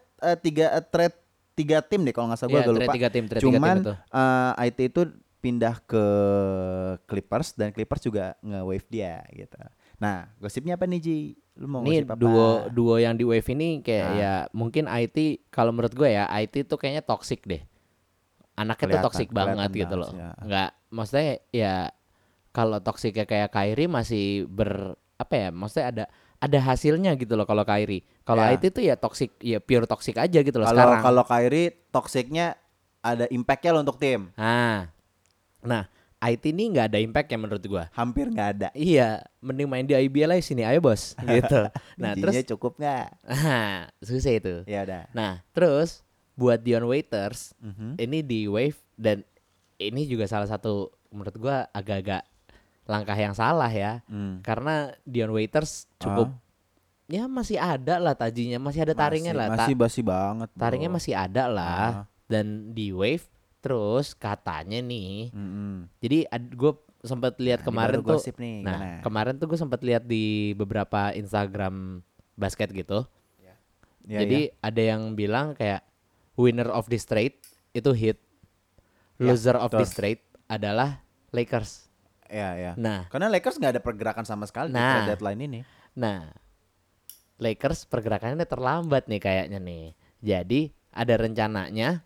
tiga tim deh kalau nggak salah, gue lupa. Cuman IT itu pindah ke Clippers dan Clippers juga nge-wave dia gitu. Nah, gosipnya apa nih Ji? Lu mau ini gosip apa? Duo yang di wave ini kayak ya mungkin IT, kalau menurut gue ya IT tuh kayaknya toxic deh. Anaknya tuh toksik banget gitu loh. Enggak, maksudnya ya kalau toksiknya kayak Kyrie masih maksudnya ada hasilnya gitu loh kalau Kyrie. Kalau IT tuh ya toksik, ya pure toksik aja gitu loh sekarang. Kalau Kyrie toksiknya ada impact-nya loh untuk tim. Nah, IT ini nggak ada impact ya menurut gua. Hampir nggak ada. Iya, mending main di IBL aja sini, ayo bos, gitu. Nah, terus cukup nggak? Susah itu. Ya udah. Nah, terus buat Dion Waiters ini di Wave, dan ini juga salah satu menurut gua agak-agak langkah yang salah ya, karena Dion Waiters cukup ya masih ada lah tajinya, masih ada taringnya lah, masih basi banget bro. Taringnya masih ada lah, dan di Wave terus katanya nih, jadi gue sempat lihat kemarin tuh, kemarin tuh gue sempat lihat di beberapa Instagram basket gitu, jadi ada yang bilang kayak winner of this trade itu Heat, loser of this trade adalah Lakers. Iya. Nah, karena Lakers nggak ada pergerakan sama sekali di deadline ini. Nah, Lakers pergerakannya terlambat nih kayaknya nih. Jadi ada rencananya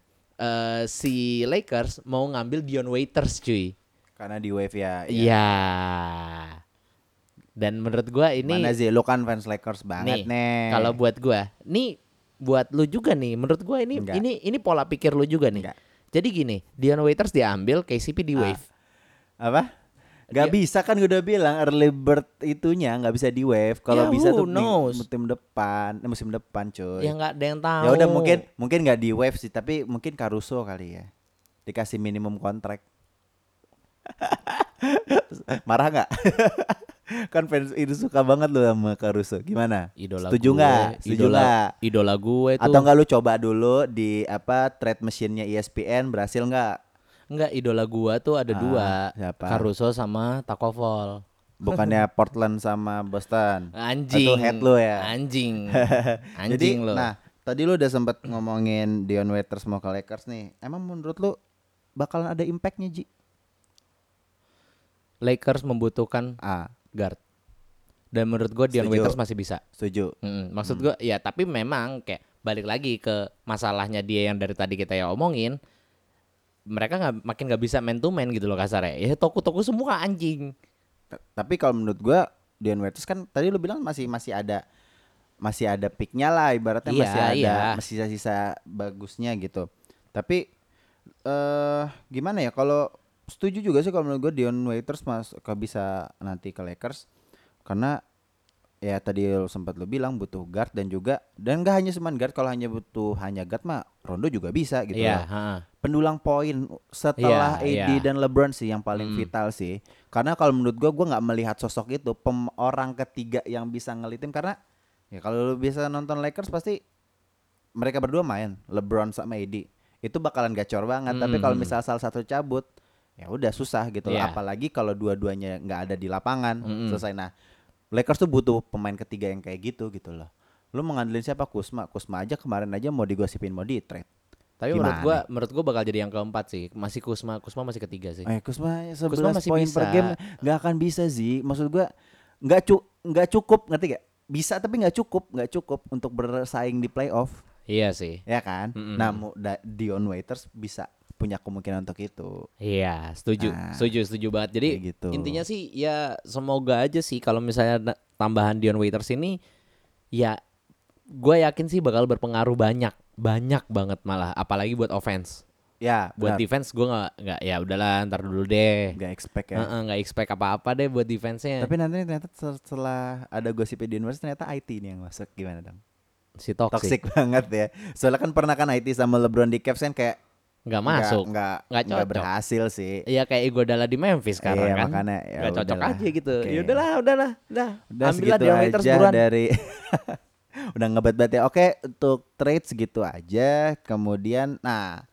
si Lakers mau ngambil Dion Waiters cuy. Karena di wave ya. Iya. Dan menurut gua ini, mana sih lu kan fans Lakers banget nih. Kalau buat gua, nih buat lu juga nih, menurut gua ini pola pikir lu juga nih. Jadi gini, Dion Waiters diambil, KCP di wave. Apa? Gak bisa kan, gue udah bilang early bird itunya gak bisa di wave. Kalau bisa tuh musim depan cuy. Ya gak ada yang tahu. Ya udah mungkin gak di wave sih, tapi mungkin Caruso kali ya. Dikasih minimum kontrak. Marah gak? Kan fans itu suka banget lo sama Caruso. Gimana? Setuju gak? Idola gue tuh. Atau gak lu coba dulu di trade machine-nya ESPN, berhasil gak? Enggak, idola gua tuh ada dua. Siapa? Caruso sama Takovol. Bukannya Portland sama Boston. Anjing. Itu head lu ya. Anjing Jadi, lo. Nah, tadi lu udah sempet ngomongin Dion Waiters mau ke Lakers nih. Emang menurut lu bakalan ada impact-nya, Ji? Lakers membutuhkan guard. Dan menurut gua Dion Waiters masih bisa. Setuju. Maksud gua ya, tapi memang kayak balik lagi ke masalahnya dia yang dari tadi kita ya omongin. Mereka makin nggak bisa man to man gitu loh kasarnya. Ya toko semua anjing. Tapi kalau menurut gua Dion Waiters kan tadi lu bilang masih ada picknya lah, ibaratnya masih sisa bagusnya gitu. Tapi gimana ya, kalau setuju juga sih kalau menurut gua Dion Waiters bisa nanti ke Lakers, karena ya tadi sempat lu bilang butuh guard dan nggak hanya cuma guard, kalau hanya guard mah Rondo juga bisa gitu Iya, loh. Pendulang poin setelah AD dan LeBron sih yang paling vital sih. Karena kalau menurut gua nggak melihat sosok itu orang ketiga yang bisa ngelitin, karena ya kalau lu bisa nonton Lakers pasti mereka berdua main LeBron sama AD itu bakalan gacor banget. Tapi kalau misal salah satu cabut ya udah susah gitu loh. Apalagi kalau dua-duanya nggak ada di lapangan. Selesai. Nah, Lakers tuh butuh pemain ketiga yang kayak gitu loh. Lu mau ngandelin siapa? Kusma aja kemarin aja mau digosipin mau di trade. Tapi menurut gua bakal jadi yang keempat sih. Masih Kusma masih ketiga sih. Kusma 11 poin per game nggak akan bisa sih. Maksud gua nggak cukup, ngerti gak? Bisa tapi nggak cukup untuk bersaing di playoff. Iya sih. Ya kan? Nah, Dion Waiters bisa punya kemungkinan untuk itu. Iya, setuju banget. Jadi gitu. Intinya sih ya semoga aja sih kalau misalnya tambahan Dion Waiters ini ya gue yakin sih bakal berpengaruh banyak banget malah, apalagi buat offense. Ya, buat defense gue nggak ya udahlah ntar dulu deh. Nggak expect ya. Nggak expect apa-apa deh buat defense-nya. Tapi nanti ternyata setelah ada gosip Dion Waiters ternyata IT nih yang masuk, gimana dong? Si toxic banget ya. Soalnya kan pernah kan IT sama LeBron di Cavs kan kayak nggak masuk, nggak berhasil sih. Iya kayak Iguodala di Memphis sekarang kan. Makanya nggak cocok aja gitu. Okay. Ya udahlah. Ambillah Dion Waiters buruan. Dari udah ngebat-bat ya. Oke, untuk trade segitu aja. Kemudian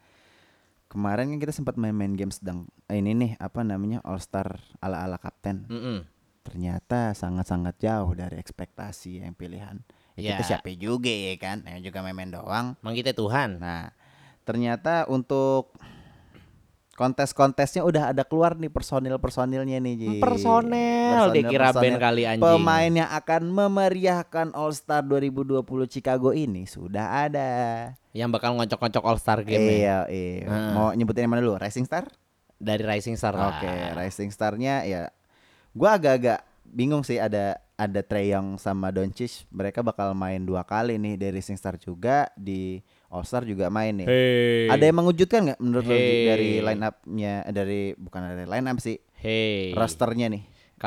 kemarin kan kita sempat main game sedang ini nih apa namanya All Star ala kapten. Ternyata sangat-sangat jauh dari ekspektasi yang pilihan. Kita siapa juga ya kan, yang juga main doang. Emang kita Tuhan. Nah, ternyata untuk kontes-kontesnya udah ada keluar nih personilnya nih, Ji. Personel dikira band kali anjing. Pemain yang akan memeriahkan All Star 2020 Chicago ini sudah ada. Yang bakal ngocok-ngocok All Star game. Iya. Mau nyebutin yang mana dulu? Rising Star? Dari Rising Star lah. Oke, Rising Star-nya ya. Gua agak-agak bingung sih, ada Trae Young sama Doncic. Mereka bakal main 2 kali nih, dari Rising Star juga, di All Star juga main nih. Ada yang mengejutkan nggak menurut lo dari line up-nya, bukan dari line up sih, rosternya nih?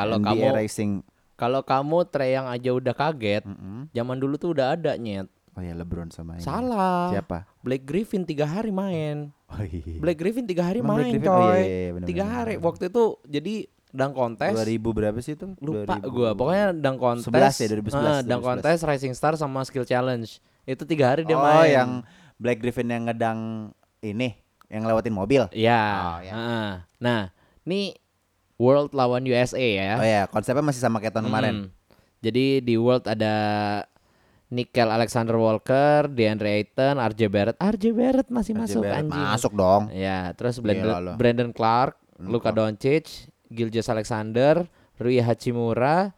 Kalau kamu Trae Young aja udah kaget, zaman dulu tuh udah ada nyet. Oh ya, LeBron sama ini. Salah. Siapa? Blake Griffin 3 hari main. Oh, iya. Blake Griffin 3 hari main, coy. 3 hari. Waktu itu jadi dunk kontes 2000 berapa sih itu? Lupa gue. Pokoknya dunk kontes 11 ya, 2011. Dunk kontes, Rising Star sama Skill Challenge. Itu 3 hari dia main. Oh, yang Blake Griffin yang ngedang ini, yang lewatin mobil. Iya. Nah, ini World lawan USA ya. Oh ya, konsepnya masih sama kayak tahun kemarin. Jadi di World ada Nickel Alexander Walker, DeAndre Ayton, RJ Barrett masih masuk anjing. Masuk dong. Ya, terus Brandon Clark, Luka Doncic, Gilgeous Alexander, Rui Hachimura,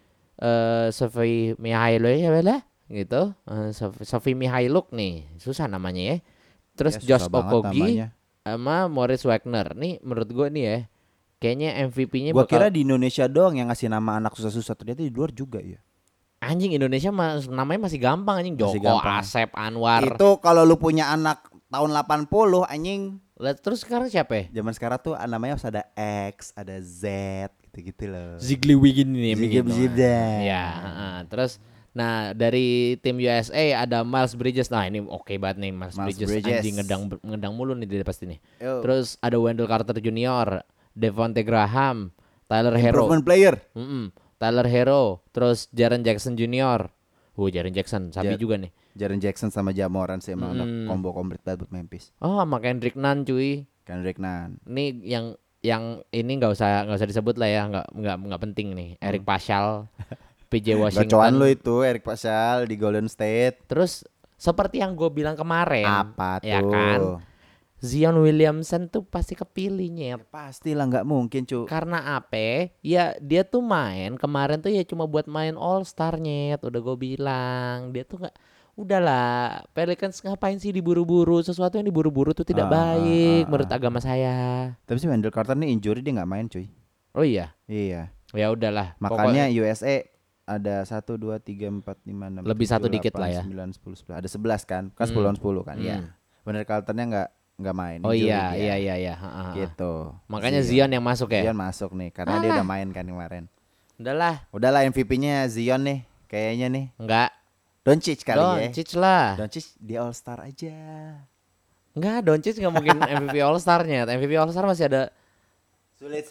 Sophie Mihailuk ya bela gitu. Sophie Mihailuk nih, susah namanya ya. Terus ya, Josh Okogie sama Morris Wagner. Nih menurut gue nih ya, kayaknya MVP-nya gua kira di Indonesia doang yang ngasih nama anak susah-susah, ternyata di luar juga ya. Anjing, Indonesia namanya masih gampang anjing. Joko, Asep, Anwar. Itu kalau lu punya anak tahun 80 anjing. Terus sekarang siapa ya? Zaman sekarang tuh namanya harus ada X, ada Z gitu-gitu loh. Zigliwigin ini ya. Terus dari tim USA ada Miles Bridges. Nah, ini oke banget nih Miles Bridges. Anjing ngedang mulu nih dia pasti nih. Terus ada Wendell Carter Jr., Devonte Graham, Tyler Hero. Improvement player. Tyler Hero, terus Jaren Jackson Jr. Jaren Jackson, sabi juga nih. Jaren Jackson sama Ja Morant sih emang anak combo komplit banget buat Memphis. Oh, sama Kendrick Nunn cuy. Kendrick Nunn. Ini yang ini nggak usah disebut lah ya, nggak penting nih. Eric Paschal, PJ Washington. Bacoan lu itu Eric Paschal di Golden State. Terus seperti yang gue bilang kemarin. Apa tuh? Ya kan? Zion Williamson tuh pasti kepilihnya. Ya, pastilah, nggak mungkin cu. Karena apa? Ya dia tuh main kemarin tuh ya cuma buat main All Star nyet. Udah gue bilang dia tuh nggak. Udahlah, Pelicans ngapain sih diburu-buru? Sesuatu yang diburu-buru tuh tidak baik menurut agama saya. Tapi si Wendell Carter nih injury, dia nggak main cuy. Oh iya. Iya. Ya udahlah. Makanya USA ada 1, 2, 3, 4, 5, 6. Lebih 7, 1 8, dikit lah ya. 9, 10, 11. Ada 11 kan? Kan 10 lawan 10 kan? Iya. Wendell Carternya nggak main. Oh iya. Gitu. Makanya Zion yang masuk ya. Zion masuk nih karena dia udah main kan kemarin. Udahlah MVP-nya Zion nih. Kayaknya nih. Enggak. Doncic kali ya. Doncic lah. Doncic di All Star aja. Enggak, Doncic enggak mungkin MVP All Star-nya. MVP All Star masih ada. Sulit.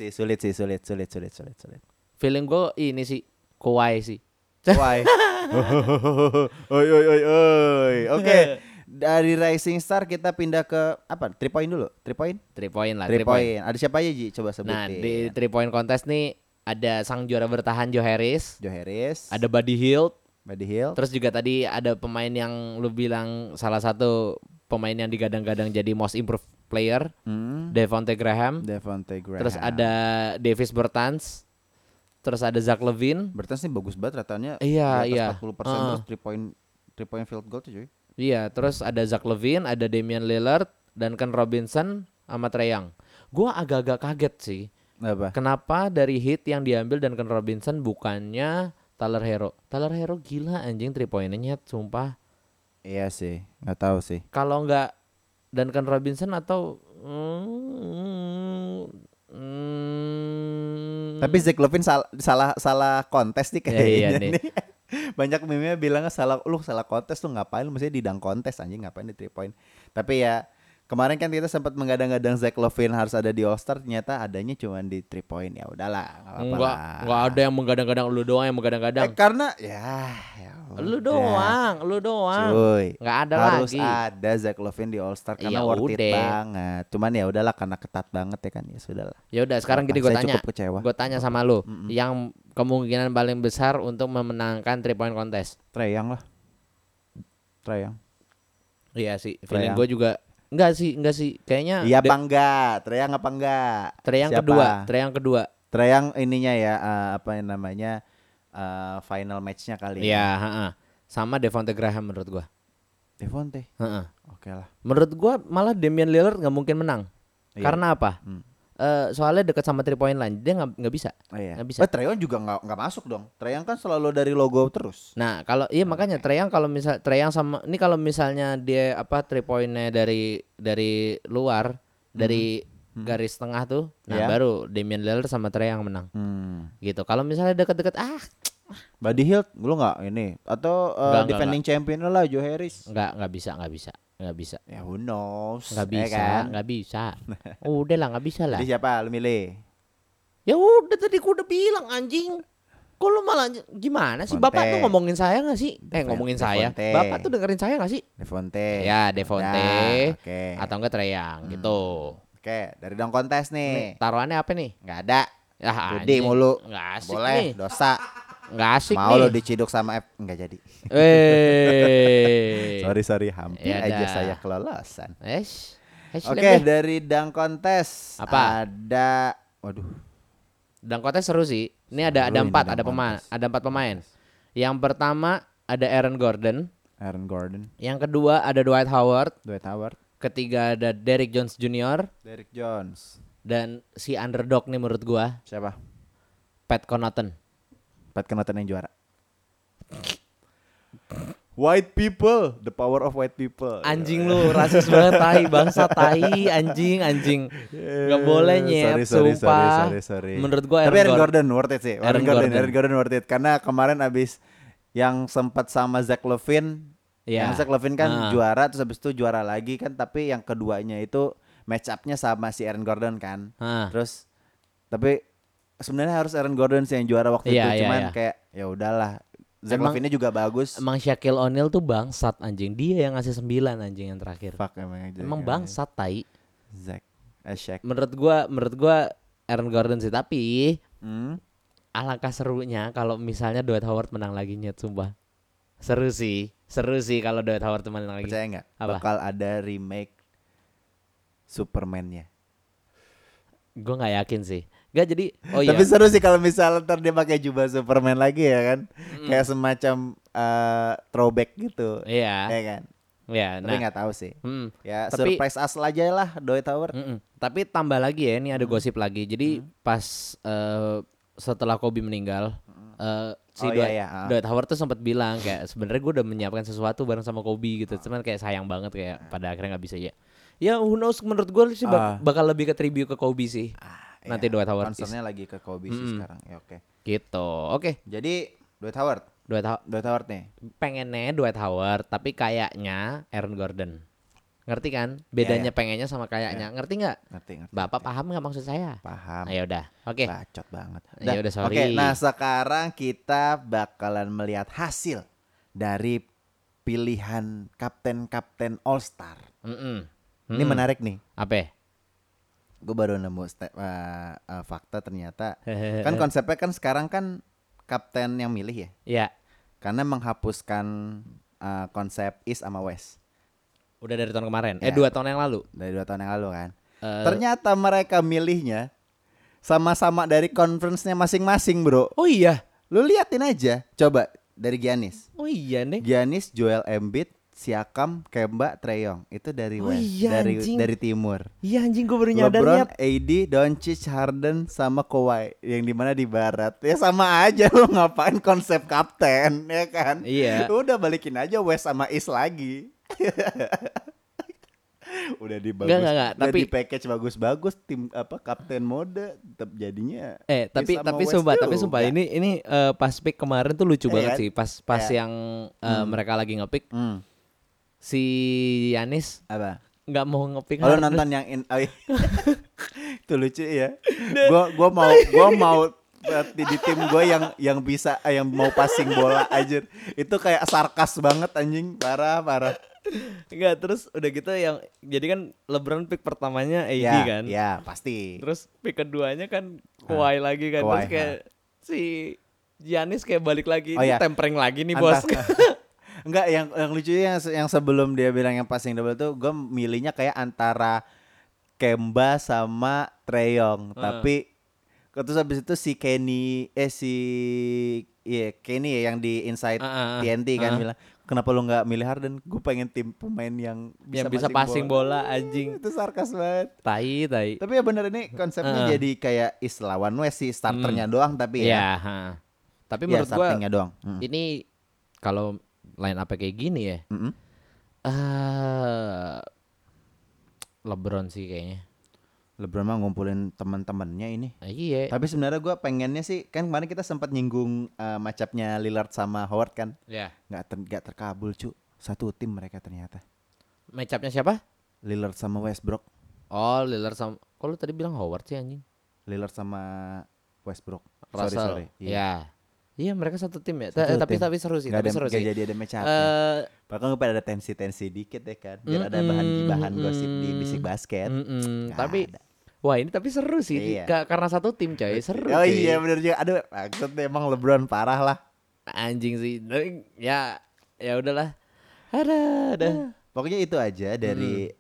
Feeling gue ini sih Kawhi sih. Kawhi. Oi. Oke. Dari Rising Star kita pindah ke apa? 3 point dulu. 3 point? 3 point lah. 3 point. Ada siapa aja Ji? Coba sebutin. Nah, di 3 point contest nih ada sang juara bertahan Joe Harris. Ada Buddy Hield. Terus juga tadi ada pemain yang lu bilang salah satu pemain yang digadang-gadang jadi most improved player, Devonte Graham. Terus ada Davis Bertans. Terus ada Zach LaVine. Bertans nih bagus banget ratanya. Iya. 40% terus 3 point field goal tuh cuy. Iya, terus ada Zach LaVine, ada Damian Lillard, Duncan Robinson sama Trae Young. Gua agak-agak kaget sih. Apa? Kenapa dari hit yang diambil Duncan Robinson bukannya Tyler Hero? Tyler Hero gila anjing 3 point-nya sumpah. Iya sih, enggak tahu sih. Kalau enggak Duncan Robinson atau Tapi Zach LaVine salah kontes nih kayaknya. Iya nih. Banyak meme-nya bilangnya salah kontes tuh ngapain lu mesti di dunk kontes anjing ngapain di 3 point. Tapi ya kemarin kan kita sempat menggadang-gadang Zach LaVine harus ada di All Star, ternyata adanya cuma di 3 point. Ya udahlah, enggak ada yang menggadang-gadang, lu doang yang menggadang-gadang. Karena lu doang. Cuy, enggak ada harus lagi. ada Zach LaVine di All Star karena worth it banget. Cuman ya udahlah karena ketat banget ya kan, ya sudahlah. Ya udah sekarang gini gue tanya. Gue tanya sama lu, yang kemungkinan paling besar untuk memenangkan 3 point contest. Trae Young. Iya sih, feeling gue juga enggak sih, kayaknya. Iya apa enggak? Trae Young apa enggak? Trae Young kedua. Trae Young ininya ya apa yang namanya final match-nya kali. Iya, sama Devonte Graham menurut gua. Devonte. Oke lah. Menurut gua malah Damian Lillard nggak mungkin menang. Iya. Karena apa? Soalnya dekat sama 3 point line, dia nggak bisa. Nggak bisa. Trae Young juga nggak masuk dong. Trae Young kan selalu dari logo terus. Nah kalau makanya Trae Young sama ini kalau misalnya dia 3 point-nya dari luar dari garis tengah tuh, baru Damian Lillard sama Trae Young menang. Gitu. Kalau misalnya dekat-dekat Buddy Hield lu nggak ini atau defending champion lah Joe Harris? Nggak bisa. Ya who knows? Nggak bisa. Udah lah nggak bisa lah. Jadi siapa lu milih? Ya udah tadi gua udah bilang anjing. Kok lu malah gimana sih? Bapak tuh ngomongin saya nggak sih? Ngomongin saya. Bapak tuh dengerin saya nggak sih? Devonte. Ya Devonte. Okay. Atau enggak Trae Young gitu. Oke, dari dunk kontes nih. Taruhannya apa nih? Nggak ada. Ya Jadi mulu. Nggak asik boleh nih. Dosa. Nggak asik mau nih. lo diciduk sama nggak jadi. Sorry hampir aja saya kelolosan. Oke, dari dunk kontes ada dunk kontes seru sih. Ini ada 4 pemain. Yang pertama ada Aaron Gordon. Yang kedua ada Dwight Howard. Ketiga ada Derrick Jones Jr. Dan si underdog nih menurut gua. Siapa? Pat Connaughton yang juara. White people, the power of white people. Anjing lu, rasis banget tai, bangsa tai, anjing. Gak boleh nyet, sumpah. Sorry. Menurut gua tapi Aaron Gordon worth it sih. Aaron Gordon worth it karena kemarin abis yang sempat sama Zach LaVine. Yang Zach LaVine kan juara, terus habis itu juara lagi kan, tapi yang keduanya itu match up-nya sama si Aaron Gordon kan. Terus tapi sebenarnya harus Aaron Gordon sih yang juara waktu itu, cuman kayak ya udahlah. Zach LaVine juga bagus. Emang Shaquille O'Neal tuh bangsat anjing. Dia yang ngasih 9 anjing yang terakhir. Fuck emang bangsat tai. Shaq. Menurut gua Aaron Gordon sih, tapi alangkah serunya kalau misalnya Dwight Howard menang lagi nyet, sumpah. Seru sih kalau Dwight Howard menang lagi. Percaya enggak? Bakal ada remake Superman-nya. Gue nggak yakin sih. Gak jadi. Tapi seru sih kalau misalnya ntar dia pakai jubah Superman lagi ya kan. Kayak semacam throwback gitu. Iya. Ya kan. Ya. Tapi nggak tahu sih. Ya tapi, surprise us aja lah Dwight Howard. Tapi tambah lagi ya, ini ada gosip lagi. Jadi pas setelah Kobe meninggal, Dwight Howard tuh sempat bilang kayak sebenarnya gue udah menyiapkan sesuatu bareng sama Kobe gitu. Cuman kayak sayang banget kayak pada akhirnya nggak bisa ya. Ya who knows, menurut gue sih bakal lebih ke tribute ke Kobe sih. Nanti Dwight Howard concernnya lagi ke Kobe sih sekarang. Ya oke. Gitu. Oke. Jadi Dwight Howard Dwight Howard nih. Pengennya Dwight Howard, tapi kayaknya Aaron Gordon. Ngerti kan? Bedanya pengennya sama kayaknya. Ngerti nggak? Ngerti. Bapak paham nggak maksud saya? Paham. Ya udah. Oke. Bacot banget. Ya udah, sorry. Oke, nah sekarang kita bakalan melihat hasil dari pilihan kapten All Star. Ini menarik nih. Apa? Gue baru nemu fakta ternyata. Kan konsepnya kan sekarang kan kapten yang milih ya. Iya. Karena menghapuskan konsep East sama West. Udah dari tahun kemarin. 2 tahun yang lalu. Dari 2 tahun yang lalu kan. Ternyata mereka milihnya sama-sama dari conference-nya masing-masing, bro. Oh iya. Lu liatin aja. Coba dari Giannis. Oh iya nih. Giannis, Joel Embiid, Siakam, Kemba, Trae Young. Itu dari West. Iya, dari timur. Iya anjing, gue baru nyadar. LeBron, AD, Doncic, Harden sama Kawhi yang dimana di barat. Ya sama aja, lu ngapain konsep kapten, ya kan? Iya. Udah balikin aja West sama East lagi. Udah tapi di package bagus-bagus tim kapten mode tetap jadinya. Tapi sumpah ini pas pick kemarin tuh lucu banget sih, pas yang mereka lagi nge-pick. Si Giannis apa? Nggak mau nge-pick. Kalau nonton yang itu lucu ya. Gua mau di tim gue yang bisa yang mau passing bola aja. Itu kayak sarkas banget anjing, parah. Enggak, terus udah gitu yang jadi kan LeBron pick pertamanya AD kan? Ya, pasti. Terus pick keduanya kan Kawhi lagi kan. Terus kayak si Giannis kayak balik lagi, tempering lagi nih bos. Enggak, yang lucu yang sebelum dia bilang yang passing double tuh gue milihnya kayak antara Kemba sama Trae Young. Tapi terus habis itu si Kenny Kenny ya yang di Inside TNT kan bilang, kenapa lu nggak milih Harden? Gue pengen tim pemain yang bisa passing bola anjing. Itu sarkas banget. Tai. Tapi ya bener ini konsepnya jadi kayak East lawan West sih, starternya doang tapi ya. Tapi menurut gue doang. Ini kalau line up kayak gini ya. LeBron sih kayaknya. LeBron mah ngumpulin teman-temannya ini. Iya. Tapi sebenarnya gue pengennya sih, kan kemarin kita sempat nyinggung match-up-nya Lillard sama Howard kan. Iya. Nggak terkabul cu. Satu tim mereka ternyata. Match-up-nya siapa? Lillard sama Westbrook. Oh, Lillard sama. Kok lu tadi bilang Howard sih anjing? Lillard sama Westbrook. Sorry. Iya, mereka satu tim ya. Tapi seru sih. Gak jadi ada match-up. Bahkan pada ada tensi dikit ya kan. Biar ada bahan gosip di Bisik Basket. Tapi wah ini tapi seru sih. Karena satu tim coy. Seru. Oh iya bener juga. Aduh maksudnya emang LeBron parah lah. Anjing sih. Ya udahlah. Ada. Pokoknya itu aja dari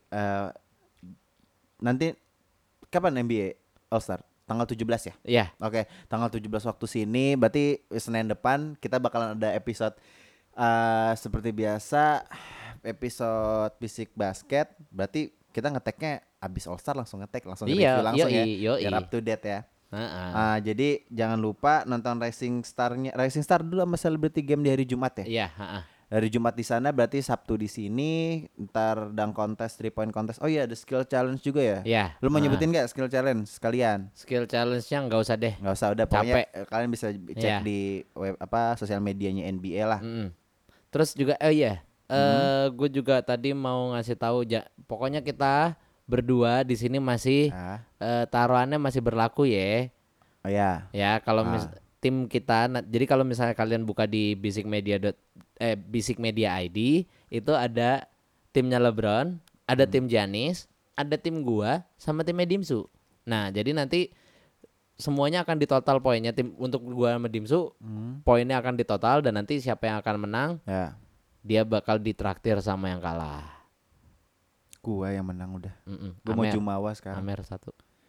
nanti kapan NBA All Star? Tanggal 17 ya? Iya. Oke, tanggal 17 waktu sini. Berarti Senin depan kita bakalan ada episode seperti biasa, episode Bisik Basket. Berarti kita ngeteknya abis All Star langsung ngetek, langsung review langsung ya. Biar up to date ya. Jadi jangan lupa nonton Rising Star dulu sama Celebrity Game di hari Jumat ya. Iya. Dari Jumat di sana, berarti Sabtu di sini. Ntar dunk contest, 3 point contest. Oh iya, ada skill challenge juga ya. Iya. Lu mau nyebutin nggak skill challenge sekalian? Skill challenge-nya nggak usah deh. Nggak usah, udah pokoknya kalian bisa cek di web sosial medianya NBA lah. Terus juga gue juga tadi mau ngasih tahu pokoknya kita berdua di sini masih taruhannya masih berlaku ya. Oh ya. Ya kalau tim kita, jadi kalau misalnya kalian buka di Basic Media ID itu ada timnya LeBron, ada tim Giannis, ada tim gua sama timnya Dimsu. Nah jadi nanti semuanya akan ditotal poinnya, tim untuk gua sama Dimsu poinnya akan ditotal dan nanti siapa yang akan menang dia bakal ditraktir sama yang kalah. Gua yang menang udah. Gua mau jumawa sekarang. Amer 1.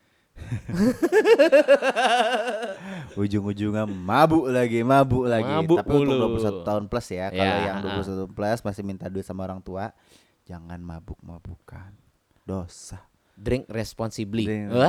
Ujung-ujungnya mabuk lagi. Tapi untuk 21 tahun plus ya. Kalau yang 21 plus masih minta duit sama orang tua, jangan mabuk-mabukan. Dosa. Drink responsibly.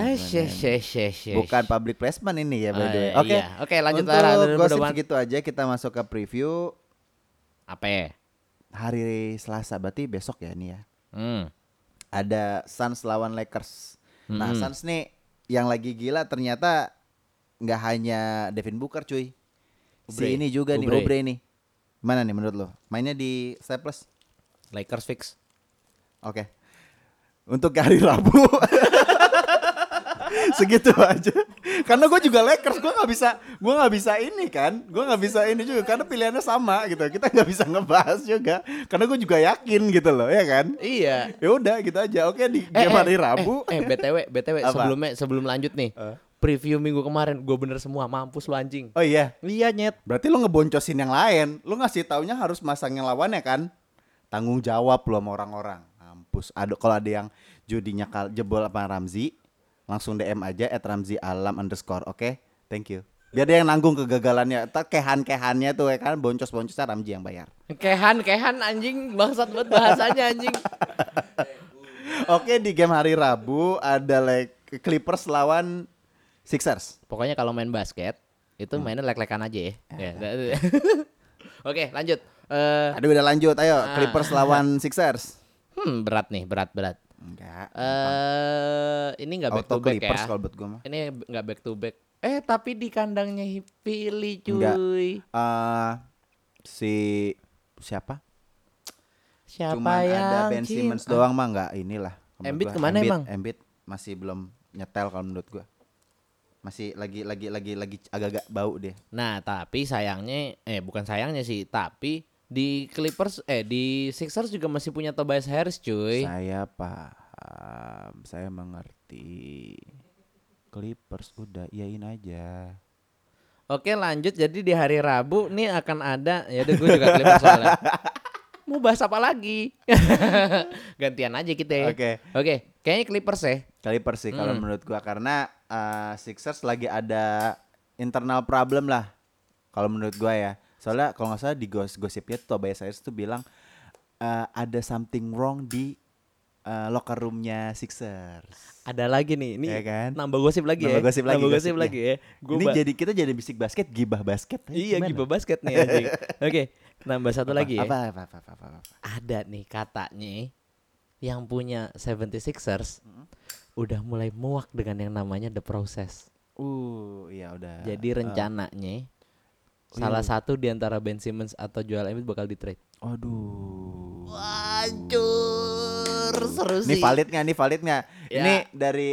Bukan public placement ini ya by the way. Oke, lanjut untuk gosip segitu aja, kita masuk ke preview. Apa? Hari Selasa, berarti besok ya ini ya. Ada Suns lawan Lakers. Nah, Suns nih yang lagi gila ternyata nggak hanya Devin Booker cuy. Si ini juga nih Oubre nih. Mana nih menurut lo? Mainnya di Staples? Lakers fix. Oke. Untuk hari Rabu segitu aja. Karena gue juga Lakers, gue nggak bisa ini kan, gue nggak bisa ini juga karena pilihannya sama gitu. Kita nggak bisa ngebahas juga, karena gue juga yakin gitu loh, ya kan? Iya. Ya udah gitu aja. Oke di game hari Rabu. BTW sebelum lanjut nih. Preview minggu kemarin gue bener semua, mampus lu anjing. Oh iya. Iya nyet. Berarti lu ngeboncosin yang lain, lu ngasih taunya harus masang yang lawannya kan? Tanggung jawab lu sama orang-orang. Mampus. Kalau ada yang judinya jebol apa Ramzi, langsung DM aja @ramzi_alam_, oke? Thank you. Biar dia yang nanggung kegagalannya. Kehan-kehannya tuh ya kan, boncos-boncosnya Ramzi yang bayar. Kehan anjing, bangsat banget bahasanya anjing. Oke, di game hari Rabu ada Clippers lawan Sixers. Pokoknya kalau main basket itu mainnya lek-lekan aja ya. Oke, lanjut. Aduh udah lanjut, ayo Clippers lawan Sixers. Berat nih, berat. Enggak. Ini enggak back to back Clippers ya. Kalau buat gua mah. Ini enggak back to back. Tapi di kandangnya Philly cuy. Enggak. Siapa Cuman yang ada Ben Simmons doang mah enggak inilah. Embiid kemana emang? Embiid masih belum nyetel kalau menurut gua. Masih lagi agak-agak bau dia. Nah, tapi sayangnya bukan sayangnya sih, tapi di Clippers di Sixers juga masih punya Tobias Harris cuy. Saya paham, saya mengerti. Clippers udah iyain aja. Oke, lanjut. Jadi di hari Rabu nih akan ada, ya udah gue juga Clippers soalnya. Mau bahas apa lagi? Gantian aja kita. Oke. Kayaknya Clippers ya. Clippers sih kalau menurut gua karena Sixers lagi ada internal problem lah. Kalau menurut gua ya. Soalnya kalau nggak salah di gosipnya tuh Tobias Harris tuh bilang ada something wrong di locker roomnya Sixers. Ada lagi nih, ini ya kan? nambah gosip lagi ya. Nambah gosip lagi ya. Ini kita jadi bisik basket, gibah basket. Iya, gibah basket nih anjing. Oke, nambah satu lagi ya. Apa. Ada nih katanya yang punya 76ers udah mulai muak dengan yang namanya The Process. Iya udah. Jadi rencananya salah satu di antara Ben Simmons atau Joel Embiid bakal di trade. Aduh. Wancur, seru sih. Ini valid nggak? Ya. Ini dari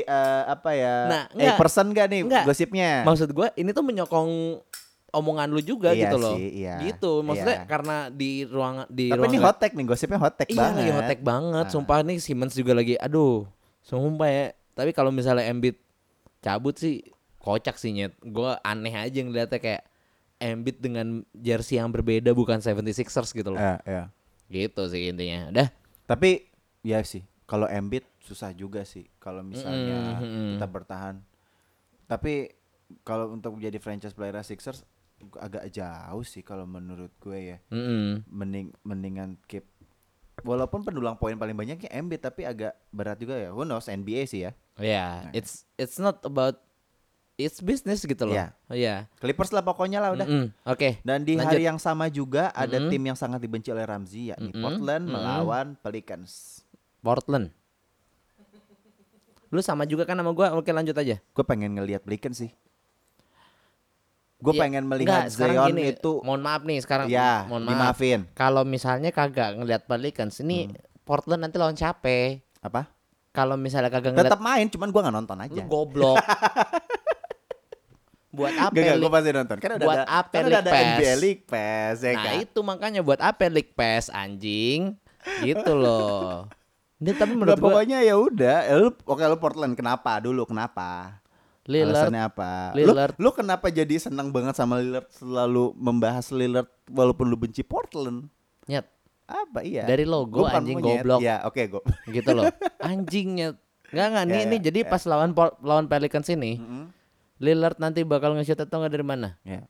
person nggak nih gosipnya? Maksud gue ini tuh menyokong omongan lu juga gitu loh. Iya. Gitu. Maksudnya karena di ruang Tapi ini hot take nih, gosipnya hot take banget. Iya, hot take banget. Sumpah nih Simmons juga lagi sumpah ya. Tapi kalau misalnya Embiid cabut sih kocak sih nyet. Gue aneh aja ngeliatnya kayak Embiid dengan jersey yang berbeda bukan 76ers gitu loh. Iya. Gitu sih intinya. Udah. Tapi ya sih, kalau Embiid susah juga sih kalau misalnya kita bertahan. Tapi kalau untuk menjadi franchise player Sixers agak jauh sih kalau menurut gue ya. Mendingan keep. Walaupun pendulang poin paling banyaknya Embiid, tapi agak berat juga ya. Who knows, NBA sih ya. Yeah, it's not about it's business gitu loh. Iya. Clippers lah pokoknya lah udah. Oke. Dan di hari yang sama juga ada tim yang sangat dibenci oleh Ramzi yakni Portland melawan Pelicans. Portland. Lu sama juga kan sama gua. Oke, lanjut aja. Gue pengen ngelihat Pelicans sih. Gue pengen melihat Zion itu. Mohon maaf nih sekarang. Ya, mohon maaf. Dimaafin. Kalau misalnya kagak ngelihat Pelicans ini Portland nanti lawan siapa? Apa? Kalau misalnya kagak ngelihat. Tetap main, cuman gue nggak nonton aja. Lu goblok. Buat apa? Gue pasti nonton. Kan udah ada NBA League Pass ya kan? Itu makanya buat apa League Pass anjing? Gitu loh. Tapi menurut gue pokoknya ya udah. Lu Portland kenapa? Lillard. Alasannya apa? Lu kenapa jadi senang banget sama Lillard, selalu membahas Lillard walaupun lu benci Portland? Nyet. Apa iya? Dari logo anjing goblok. Ya, oke, Gitu loh. Anjingnya. Enggak nih jadi pas lawan Pelicans ini. Lillard nanti bakal nge-shoot atau enggak dari mana? Ya.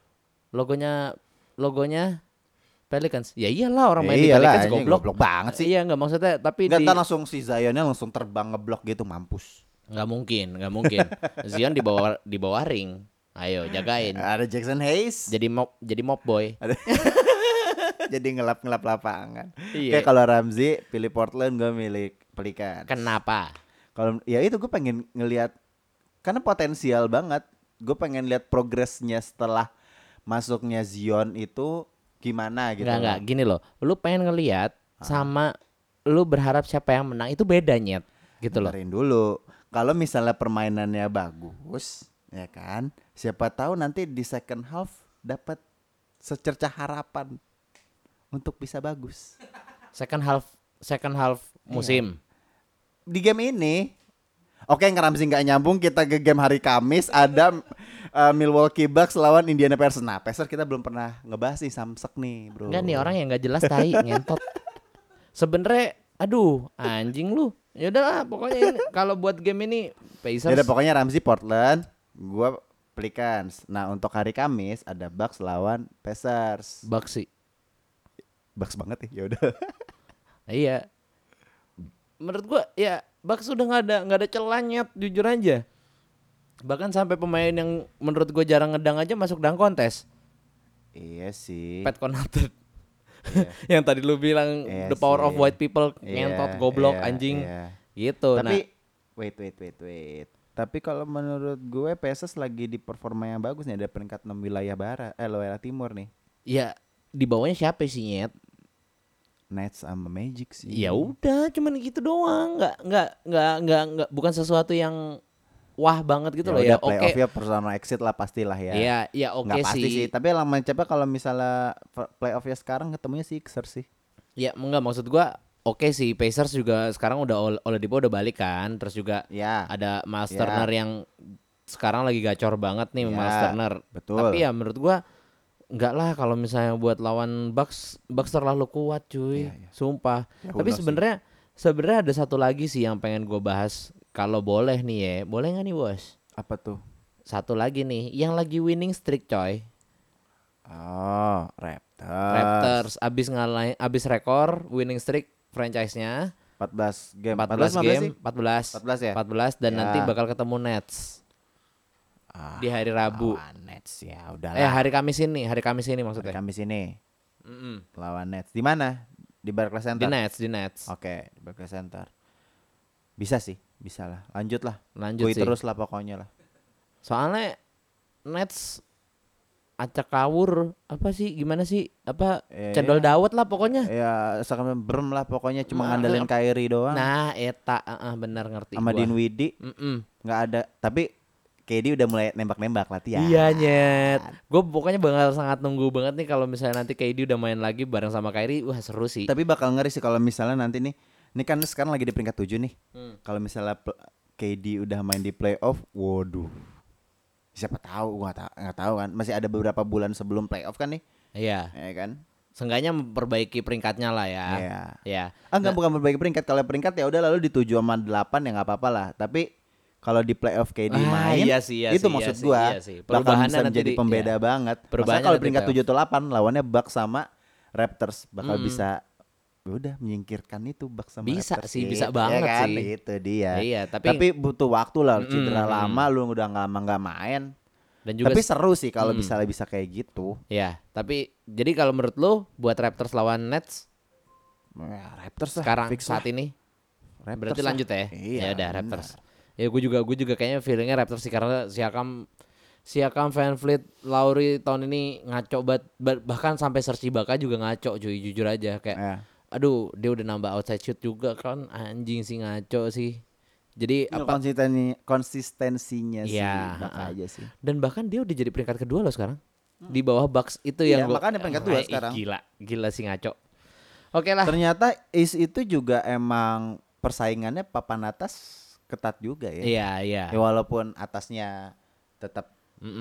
Logonya Pelicans. Ya iyalah orang main di Pelicans goblok banget sih. Iya enggak maksudnya tapi enggak langsung si Zionnya langsung terbang ngeblok gitu mampus. Enggak mungkin. Zion di bawah ring. Ayo jagain. Ada Jackson Hayes. Jadi mob boy. Jadi ngelap lapangan. Iya. Kayak kalau Ramzi pilih Portland, gue milih Pelicans. Kenapa? Kalau ya itu gue pengen ngelihat karena potensial banget. Gue pengen lihat progresnya setelah masuknya Zion itu gimana gitu. Enggak, gini loh. Lu pengen ngelihat sama lu berharap siapa yang menang itu beda Nyet. Gitu loh. Dengerin dulu. Kalau misalnya permainannya bagus, ya kan? Siapa tahu nanti di second half dapat secercah harapan untuk bisa bagus. Second half musim. Di game ini, oke, Ramzi nggak nyambung. Kita ke game hari Kamis ada Milwaukee Bucks lawan Indiana Pacers. Nah, Pacers kita belum pernah ngebahas nih, samsek nih, bro. Enggak nih orang yang nggak jelas tai ngentot. Sebenarnya, aduh, anjing lu. Ya udahlah, pokoknya ini, kalau buat game ini Pacers. Jadi pokoknya Ramzi Portland, gua Pelicans. Nah, untuk hari Kamis ada Bucks lawan Pacers. Bucks sih. Bucks banget ya udah. Iya. Menurut gua ya Bucks udah nggak ada celahnya, jujur aja. Bahkan sampai pemain yang menurut gue jarang ngedang aja masuk dunk kontes. Iya sih. Pat Connaughton. Yang tadi lu bilang the power of white people, ngentot, goblok, anjing. Gitu. Tapi wait. Tapi kalau menurut gue Pacers lagi di performa yang bagus nih, ada peringkat 6 wilayah wilayah timur nih. Ya, di bawahnya siapa sih, Nyet? Nets sama Magic sih. Ya udah, cuman gitu doang. Enggak bukan sesuatu yang wah banget gitu loh ya. Playoff ya personal exit lah pastilah ya. Iya, oke sih. Pasti sih, tapi lama coba kalau misalnya playoff ya sekarang ketemunya Sixers sih. Ya, enggak maksud gua oke sih, Pacers juga sekarang udah Oladipo udah balik kan. Terus juga ada Miles Turner yang sekarang lagi gacor banget nih, Miles Turner. Betul. Tapi ya menurut gua enggak lah kalau misalnya buat lawan Bucks terlalu kuat cuy. Sumpah. Ya, tapi sebenarnya ada satu lagi sih yang pengen gua bahas. Kalau boleh nih ya, boleh nggak nih bos? Apa tuh? Satu lagi nih, yang lagi winning streak coy. Oh, Raptors abis rekor winning streak franchise-nya 14 game. 14 ya? 14 dan nanti bakal ketemu Nets. Di hari Rabu. Nets ya, udahlah. Hari Kamis ini maksudnya. Hari Kamis ini. Lawan Nets. Di mana? Di Barclays Center. Di Nets. Oke, di Barclays Center. Bisa sih, bisa lah. Lanjut sih. Terus lah pokoknya lah. Soalnya Nets acak kawur apa sih, gimana sih, apa cendol dawet lah pokoknya. Ya sekarang berem lah pokoknya, cuma ngandelin Kyrie doang. Nah eta bener ngerti. Sama Dinwiddie nggak ada, tapi KD udah mulai nembak-nembak latihan. Iya Nyet, gue pokoknya bakal sangat nunggu banget nih kalau misalnya nanti KD udah main lagi bareng sama Kyrie. Wah seru sih. Tapi bakal ngeri sih kalau misalnya nanti nih, ini kan sekarang lagi di peringkat 7 nih. Kalau misalnya KD udah main di playoff, waduh. Siapa tahu, gua nggak tahu kan. Masih ada beberapa bulan sebelum playoff kan nih. Iya. Ya kan? Seenggaknya memperbaiki peringkatnya lah ya. Iya. Enggak, bukan memperbaiki peringkat. Kalau peringkat ya udah lalu di 7 sama 8 ya enggak apa-apa lah. Tapi kalau di playoff KD main, itu maksud gua bakal bisa menjadi pembeda banget. Masa kalau peringkat 7 atau 8 lawannya Bucks sama Raptors bakal bisa udah menyingkirkan itu Bucks sama bisa Raptors. Sih, bisa banget ya kan? sih. Itu dia. Iya, tapi butuh waktu lah, cedera lama, lu udah lama nggak main. Dan juga tapi seru sih kalau bisa kayak gitu. Ya, tapi jadi kalau menurut lu buat Raptors lawan Nets, Raptors sekarang saat ini Raptors berarti lanjut ya. Iya, ya udah Raptors. Ya gue juga kayaknya feelingnya Raptors sih, karena Siakam, VanVleet, Lowry tahun ini ngaco banget, bahkan sampai Serge Ibaka juga ngaco cuy, jujur aja kayak aduh dia udah nambah outside shoot juga kan, anjing sih ngaco sih. Jadi apa konsistensinya sih aja sih. Dan bahkan dia udah jadi peringkat kedua loh sekarang. Di bawah Bucks itu yang makanya peringkat 2 sekarang. Gila sih ngaco. Oke lah. Ternyata East itu juga emang persaingannya papan atas ketat juga ya. Iya. Ya, walaupun atasnya tetap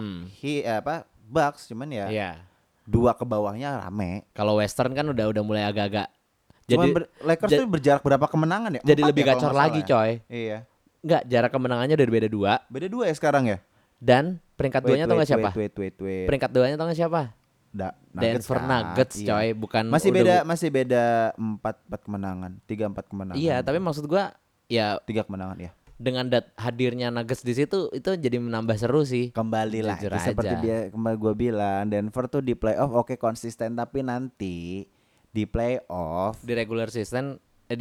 Bucks, cuman ya 2 ke bawahnya rame. Kalau Western kan udah mulai agak-agak. Jadi Lakers tuh berjarak berapa kemenangan ya? Jadi lebih gacor lagi coy. Iya. Enggak, jarak kemenangannya udah beda 2. Beda 2 ya sekarang ya? Dan peringkat 2-nya tau gak siapa? Wait. Peringkat 2-nya tau gak siapa? Denver Nuggets coy, bukan masih beda 4 kemenangan, 3-4 kemenangan. Iya, tapi maksud gua ya 3 kemenangan ya. Dengan hadirnya Nuggets di situ itu jadi menambah seru sih. Kembali lah seperti kembali gua bilang, Denver tuh di playoff oke konsisten, tapi nanti di playoff di regular season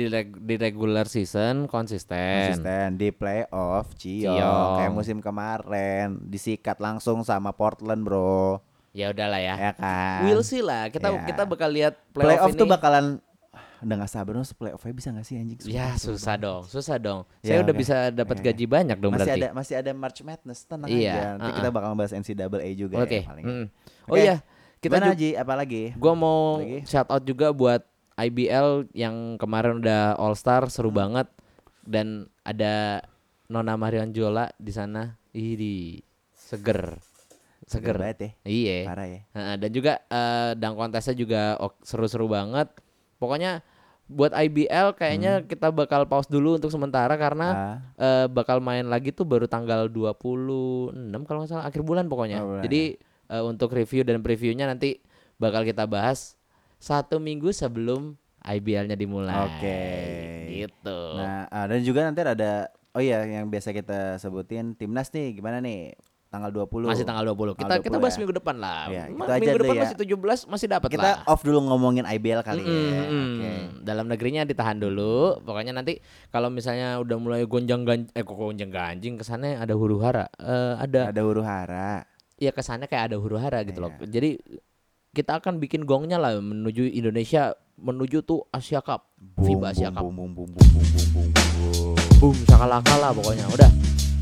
konsisten, di playoff ciong kayak musim kemarin disikat langsung sama Portland bro. Ya udahlah ya. Ya kan. We'll see lah. Kita bakal lihat playoff ini. Tuh bakalan udah gak sabar nih playoff-nya bisa gak sih anjing? Ya susah dong. Saya udah bisa dapat gaji banyak dong berarti. Masih ada March Madness, tenang aja. Nanti kita bakal bahas NCAA juga ya paling. Oh iya, kita Haji, apa lagi? Gua mau shout out juga buat IBL yang kemarin udah All Star, seru banget, dan ada Nona Marion Jola di sana. Seger banget ya. Iya. Parah ya. Dan juga dunk kontesnya juga seru-seru banget. Pokoknya buat IBL kayaknya kita bakal pause dulu untuk sementara karena bakal main lagi tuh baru tanggal 26 kalau nggak salah, akhir bulan pokoknya. Jadi untuk review dan previewnya nanti bakal kita bahas 1 minggu sebelum IBL-nya dimulai. Oke. Gitu. Nah, dan juga nanti ada yang biasa kita sebutin timnas nih, gimana nih? Tanggal 20. Masih tanggal 20. Kita bahas minggu depan lah. Ya, minggu depan masih 17 masih dapat lah. Kita off dulu ngomongin IBL kali ya. Okay. Dalam negerinya ditahan dulu. Pokoknya nanti kalau misalnya udah mulai gonjang-ganjing kesannya ada huru-hara. Ada huru-hara. Iya, kesannya kayak ada huru-hara gitu loh. Jadi kita akan bikin gongnya lah menuju Indonesia, menuju tuh Asia Cup, FIBA Asia Cup. Boom, sakalaka lah pokoknya. Udah.